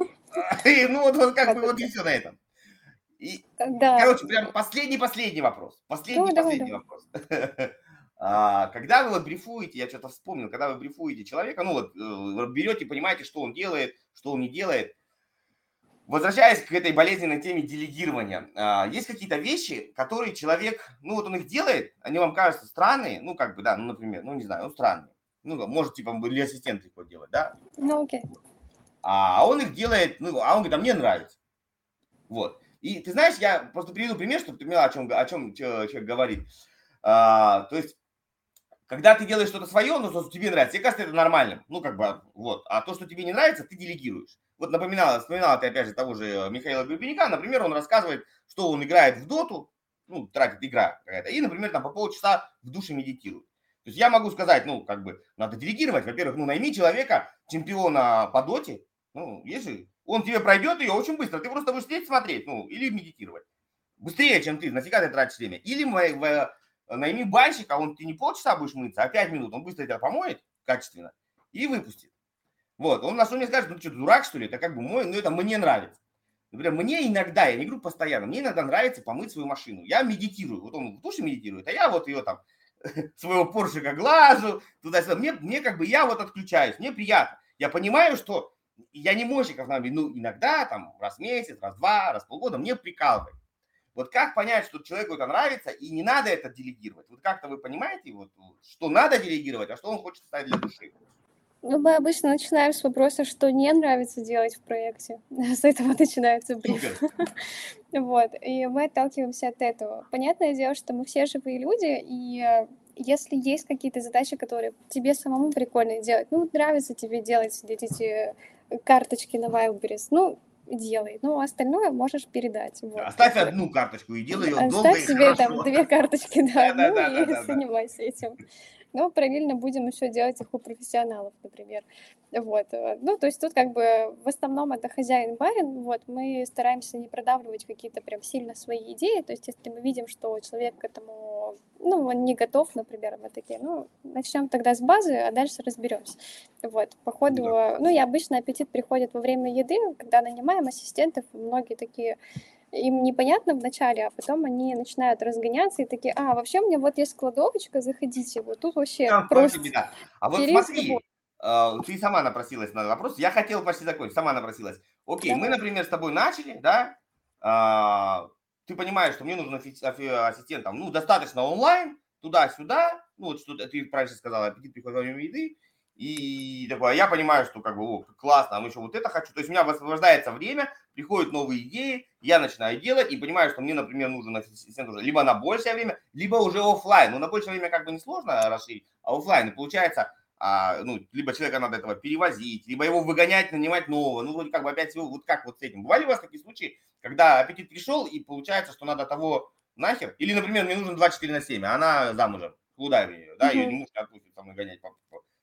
Ну вот как бы вот и все на этом. И, Да. короче, прям последний вопрос. Ну, давай, Последний давай. вопрос. Когда вы вот брифуете, я что-то вспомнил, когда вы брифуете человека, ну вот берете, понимаете, что он делает, что он не делает. Возвращаясь к этой болезненной теме делегирования, есть какие-то вещи, которые человек, ну вот он их делает, они вам кажутся странные, ну как бы, да, ну например, ну не знаю, ну странные. Ну, может, типа, для ассистента легко делать, да? Ну, окей. А он их делает, ну, а он говорит, а мне нравится. Вот. И ты знаешь, я просто приведу пример, чтобы ты поняла, о чем человек говорит. То есть, когда ты делаешь что-то свое, ну, что тебе нравится, тебе кажется это нормальным. Ну, как бы, вот. А то, что тебе не нравится, ты делегируешь. Вот вспоминала ты, опять же, того же Михаила Гребенника. Например, он рассказывает, что он играет в доту, ну, тратит игра какая-то, и, например, там по полчаса в душе медитирует. То есть я могу сказать, ну, как бы, надо делегировать. Во-первых, ну, найми человека, чемпиона по доте, ну, если он тебе пройдет ее очень быстро, ты просто будешь сидеть смотреть, ну, или медитировать. Быстрее, чем ты, нафига ты тратишь время. Или найми банщика, ты не полчаса будешь мыться, а 5 минут, он быстро тебя помоет качественно и выпустит. Вот, он на что мне скажет, ну что, ты дурак, что ли? Это как бы мой, ну это мне нравится. Например, мне иногда, я не говорю постоянно, мне иногда нравится помыть свою машину. Я медитирую, вот он в душе медитирует, а я вот ее там, своего поршика глажу, туда-сюда. Мне как бы, я вот отключаюсь, мне приятно. Я понимаю, что я не мойщиков, ну иногда там раз в месяц, раз в два, раз в полгода мне прикалывает. Вот как понять, что человеку это нравится, и не надо это делегировать? Вот как-то вы понимаете, вот, что надо делегировать, а что он хочет оставить для души? Ну, мы обычно начинаем с вопроса, что не нравится делать в проекте. С этого начинается бриф. Вот, и мы отталкиваемся от этого. Понятное дело, что мы все живые люди, и если есть какие-то задачи, которые тебе самому прикольно делать, ну, нравится тебе делать, сидеть эти карточки на Wildberries, ну, делай. Ну, остальное можешь передать. Вот, Оставь как бы. одну карточку и делай ее долго Оставь и себе там хорошо. 2 карточки, да, ну и Да-да-да-да-да. занимайся этим. Но параллельно будем еще делать их у профессионалов, например. Вот. Ну, то есть тут как бы в основном это хозяин-барин. Вот. Мы стараемся не продавливать какие-то прям сильно свои идеи. То есть если мы видим, что человек к этому, ну, он не готов, например, мы такие, ну, начнем тогда с базы, а дальше разберемся. Вот. По ходу, ну, и обычно аппетит приходит во время еды, когда нанимаем ассистентов, многие такие, им непонятно вначале, а потом они начинают разгоняться и такие, а, вообще у меня вот есть кладовочка, заходите, вот тут вообще Там вообще просто беда. А вот берите любой. смотри, ты сама напросилась на вопрос. Я хотел почти закончить, сама напросилась. Окей, мы, Давай. например, с тобой начали, да? Ты понимаешь, что мне нужен ассистент, там, ну, достаточно онлайн, туда-сюда, ну, вот что ты правильно сказала, аппетит приходит во время еды, и такое, я понимаю, что как бы, о, классно, а мы еще вот это хочу. То есть у меня высвобождается время, приходят новые идеи, я начинаю делать и понимаю, что мне, например, нужен ассистент уже либо на большее время, либо уже офлайн. Ну, на большее время как бы несложно расширить, а офлайн, и получается, ну, либо человека надо этого перевозить, либо его выгонять, нанимать нового. Ну, вроде как бы опять всего, вот как вот с этим. Бывали у вас такие случаи, когда аппетит пришел, и получается, что надо того нахер? Или, например, мне нужен 24/7, а она замужем. Куда ее, да, ее не муж не отпустит со мной гонять по.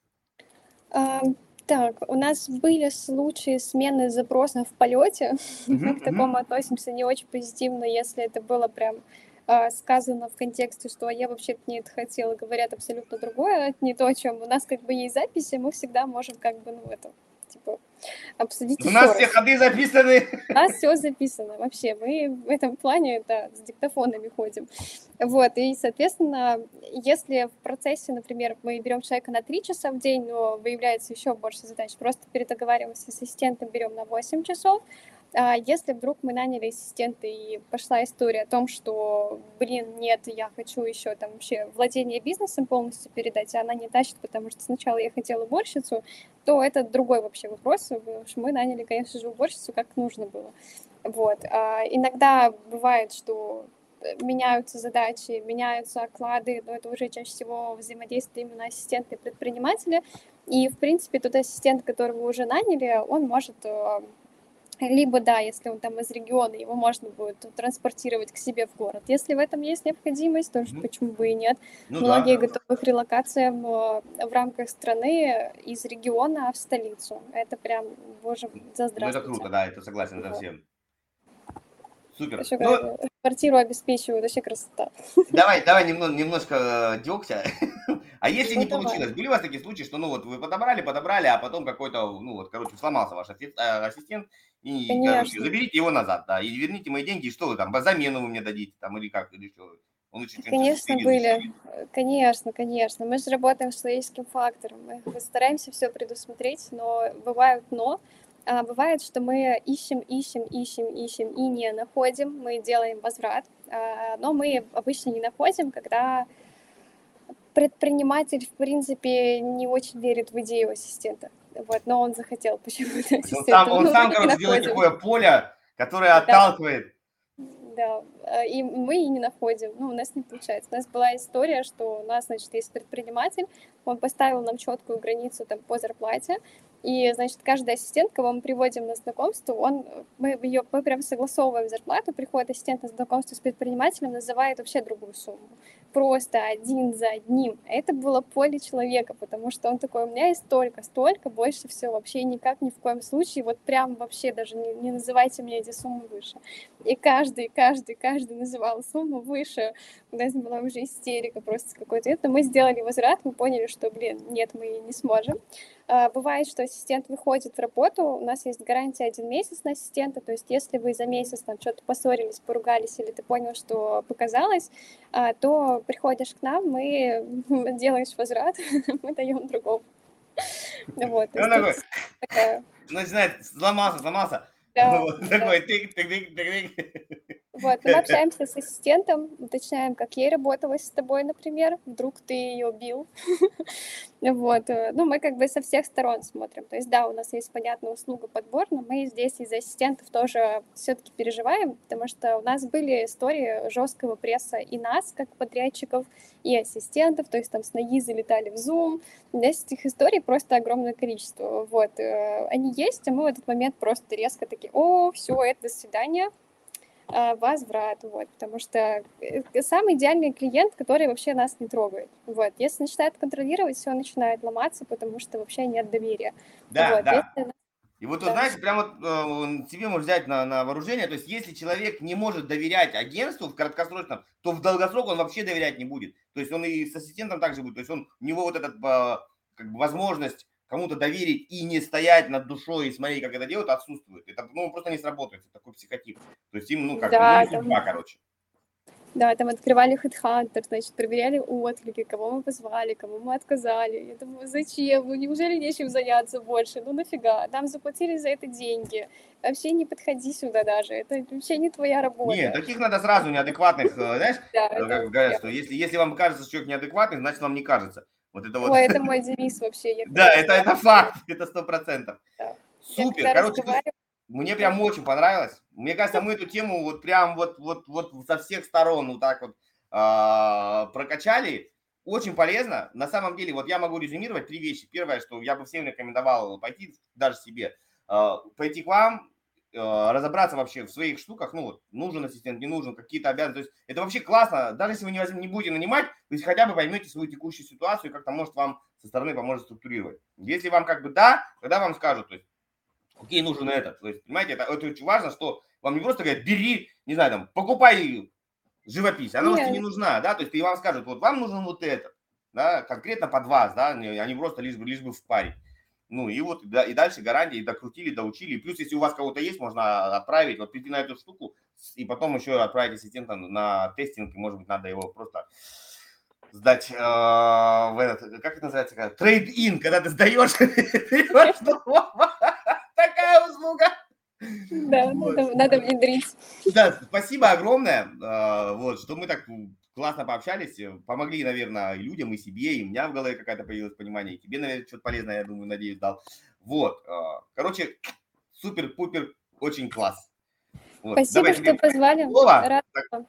А, так, у нас были случаи смены запроса в полете. Мы к такому относимся не очень позитивно, если это было прям сказано в контексте, что я вообще-то не это хотела, говорят абсолютно другое, это не то, о чем у нас как бы есть записи, мы всегда можем как бы, ну, это, типа, обсудить У еще нас все раз. ходы записаны. У нас все записано вообще, мы в этом плане, да, с диктофонами ходим. Вот, и, соответственно, если в процессе, например, мы берем человека на 3 часа в день, но выявляется еще больше задач, просто передоговариваемся с ассистентом, берем на 8 часов. А если вдруг мы наняли ассистента и пошла история о том, что, блин, нет, я хочу еще там вообще владение бизнесом полностью передать, а она не тащит, потому что сначала я хотела уборщицу, то это другой вообще вопрос, потому что мы наняли, конечно же, уборщицу, как нужно было. Вот. А иногда бывает, что меняются задачи, меняются оклады, но это уже чаще всего взаимодействие именно ассистента и предпринимателя. И, в принципе, тот ассистент, которого вы уже наняли, он может либо, да, если он там из региона, его можно будет транспортировать к себе в город. Если в этом есть необходимость, то почему бы и нет. Ну, Многие да. готовы к релокациям в рамках страны из региона в столицу. Это прям, боже, за Ну, здравствуйте. это круто, да, это согласен совсем. Супер. Еще Ну, квартиру обеспечивают, вообще красота. давай немножко дегтя. А если Ну, не давай. получилось, были у вас такие случаи, что, ну, вот вы подобрали, а потом какой-то, ну, вот, короче, сломался ваш ассистент, и, короче, Конечно. заберите его назад, да, и верните мои деньги, и что вы там, замену вы мне дадите, там, или как, или что? Он еще что-нибудь Конечно, были. Конечно, конечно. Мы же работаем с человеческим фактором. Мы стараемся все предусмотреть, но бывают но. Бывает, что мы ищем и не находим. Мы делаем возврат, но мы обычно не находим, когда предприниматель, в принципе, не очень верит в идею ассистента. Вот, но он захотел почему-то ассистента. Он сам, короче, делает такое поле, которое отталкивает. Да, и мы и не находим, ну, у нас не получается. У нас была история, что у нас, значит, есть предприниматель, он поставил нам четкую границу там по зарплате, и, значит, каждый ассистент, кого мы приводим на знакомство, мы прям согласовываем зарплату, приходит ассистент на знакомство с предпринимателем, называет вообще другую сумму. Просто один за одним. Это было поле человека, потому что он такой, у меня есть столько, больше все, вообще никак, ни в коем случае, вот прям вообще даже не называйте мне эти суммы выше. И каждый называл сумму выше. У нас была уже истерика просто какой-то. Это мы сделали возврат, мы поняли, что, нет, мы не сможем. Бывает, что ассистент выходит в работу, у нас есть гарантия 1 месяц на ассистента, то есть если вы за месяц там что-то поссорились, поругались, или ты понял, что показалось, то приходишь к нам, мы делаешь возврат, мы даем другому. Вот, Начинает сломался. Да, Такой тык. Вот, но мы общаемся с ассистентом, уточняем, как ей работалось с тобой, например, вдруг ты ее бил. Вот, ну, мы как бы со всех сторон смотрим. То есть, да, у нас есть, понятная услуга подбор, но мы здесь из-за ассистентов тоже все-таки переживаем, потому что у нас были истории жесткого пресса и нас, как подрядчиков, и ассистентов, то есть там с ноги залетали в Zoom. У нас этих историй просто огромное количество. Вот, они есть, а мы в этот момент просто резко такие: о, все, это до свидания, возврат, вот, потому что самый идеальный клиент, который вообще нас не трогает, вот, если начинает контролировать, все начинает ломаться, потому что вообще нет доверия. Да, Вот, да. если... И вот, Да. знаешь, прям вот тебе можно взять на вооружение, то есть если человек не может доверять агентству в краткосрочном, то в долгосрок он вообще доверять не будет. То есть он и с ассистентом также будет, то есть у него вот эта как бы возможность кому-то доверить и не стоять над душой и смотреть, как это делают, отсутствует. Это, ну, просто не сработает, это такой психотип. То есть им, ну, как бы, ну, Да, не судьба, короче. Да, там открывали HeadHunter, значит, проверяли отклики, кого мы позвали, кому мы отказали. Я думаю, зачем? Ну, неужели нечем заняться больше? Ну, нафига? Нам заплатили за это деньги. Вообще не подходи сюда даже. Это вообще не твоя работа. Нет, таких надо сразу неадекватных, знаешь, Да, как говорят, что если вам кажется, что человек неадекватный, значит, вам не кажется. Вот это вот. Ой, это мой девиз вообще. Да, это факт, это 100%. Да. Супер, Я короче, разговариваю... мне прям очень понравилось. Мне кажется, мы эту тему вот прям вот со всех сторон вот так вот прокачали. Очень полезно. На самом деле, вот я могу резюмировать 3 вещи. Первое, что я бы всем рекомендовал пойти, даже себе, пойти к вам, разобраться вообще в своих штуках, ну вот, нужен ассистент, не нужен, какие-то обязанности. То есть это вообще классно, даже если вы не будете нанимать, вы хотя бы поймете свою текущую ситуацию и как-то, может, вам со стороны поможет структурировать. Если вам как бы да, тогда вам скажут, то есть, окей, нужен этот. То есть, понимаете, это очень важно, что вам не просто говорят: бери, не знаю, там, покупай живопись, она может и не нужна, да, то есть и вам скажут: вот вам нужен вот этот, да, конкретно под вас, да, они просто лишь бы в паре. Ну и вот, да, и дальше гарантии докрутили, доучили. И плюс, если у вас кого-то есть, можно отправить, вот прийти на эту штуку, и потом еще отправить ассистента на тестинг, и, может быть, надо его просто сдать в этот, как это называется, трейд-ин, когда ты сдаешь, такая услуга. Да, надо внедрить. Да, спасибо огромное, вот, что мы так классно пообщались, помогли, наверное, и людям, и себе, и у меня в голове какое-то появилось понимание, и тебе, наверное, что-то полезное, я думаю, надеюсь, дал. Вот, короче, супер-пупер, очень класс. Вот. Спасибо, что позвали. Слово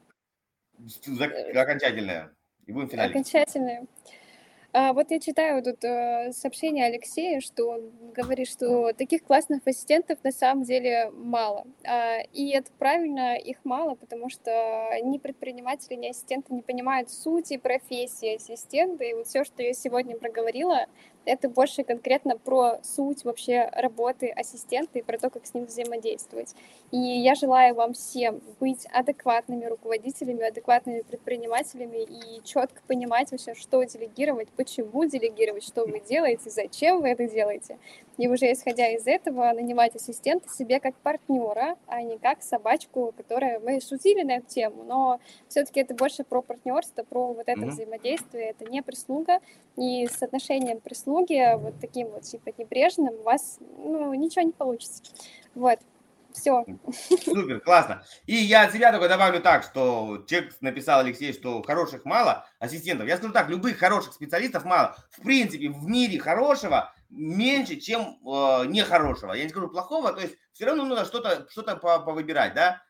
окончательное, и будем финалить. Окончательное. Вот я читаю тут сообщение Алексея, что он говорит, что таких классных ассистентов на самом деле мало. И это правильно, их мало, потому что ни предприниматели, ни ассистенты не понимают сути профессии ассистента. И вот все, что я сегодня проговорила, это больше конкретно про суть вообще работы ассистента и про то, как с ним взаимодействовать. И я желаю вам всем быть адекватными руководителями, адекватными предпринимателями и четко понимать вообще, что делегировать, почему делегировать, что вы делаете, зачем вы это делаете. И уже исходя из этого нанимать ассистента себе как партнера, а не как собачку, которая... Мы шутили на эту тему, но все-таки это больше про партнерство, про вот это взаимодействие. Это не прислуга. И с отношением прислуги вот таким вот типа небрежным у вас ничего не получится. Вот. Все. Супер, классно. И я от себя только добавлю так, что человек написал, Алексей, что хороших мало ассистентов. Я скажу так, любых хороших специалистов мало. В принципе, в мире хорошего меньше, чем нехорошего. Я не скажу плохого, то есть все равно нужно что-то повыбирать, да.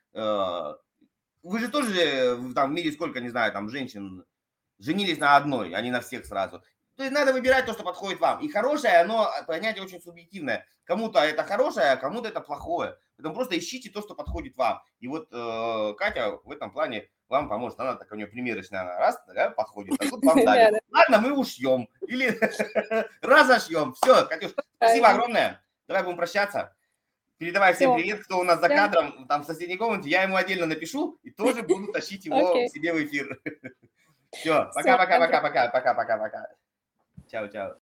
Вы же тоже там в мире сколько, не знаю, там женщин женились на одной, а не на всех сразу. То есть надо выбирать то, что подходит вам. И хорошее, оно, понятие очень субъективное. Кому-то это хорошее, а кому-то это плохое. Поэтому просто ищите то, что подходит вам. И вот Катя в этом плане вам поможет. Она так, у нее примерочная, она раз, да, подходит, а тут вам дали. Ладно, мы ушьем. Или разошьем. Все, Катюш, спасибо огромное. Давай будем прощаться. Передавай всем привет, кто у нас за кадром, там в соседней комнате. Я ему отдельно напишу и тоже буду тащить его к себе в эфир. Все, пока-пока-пока-пока. Чао-чао.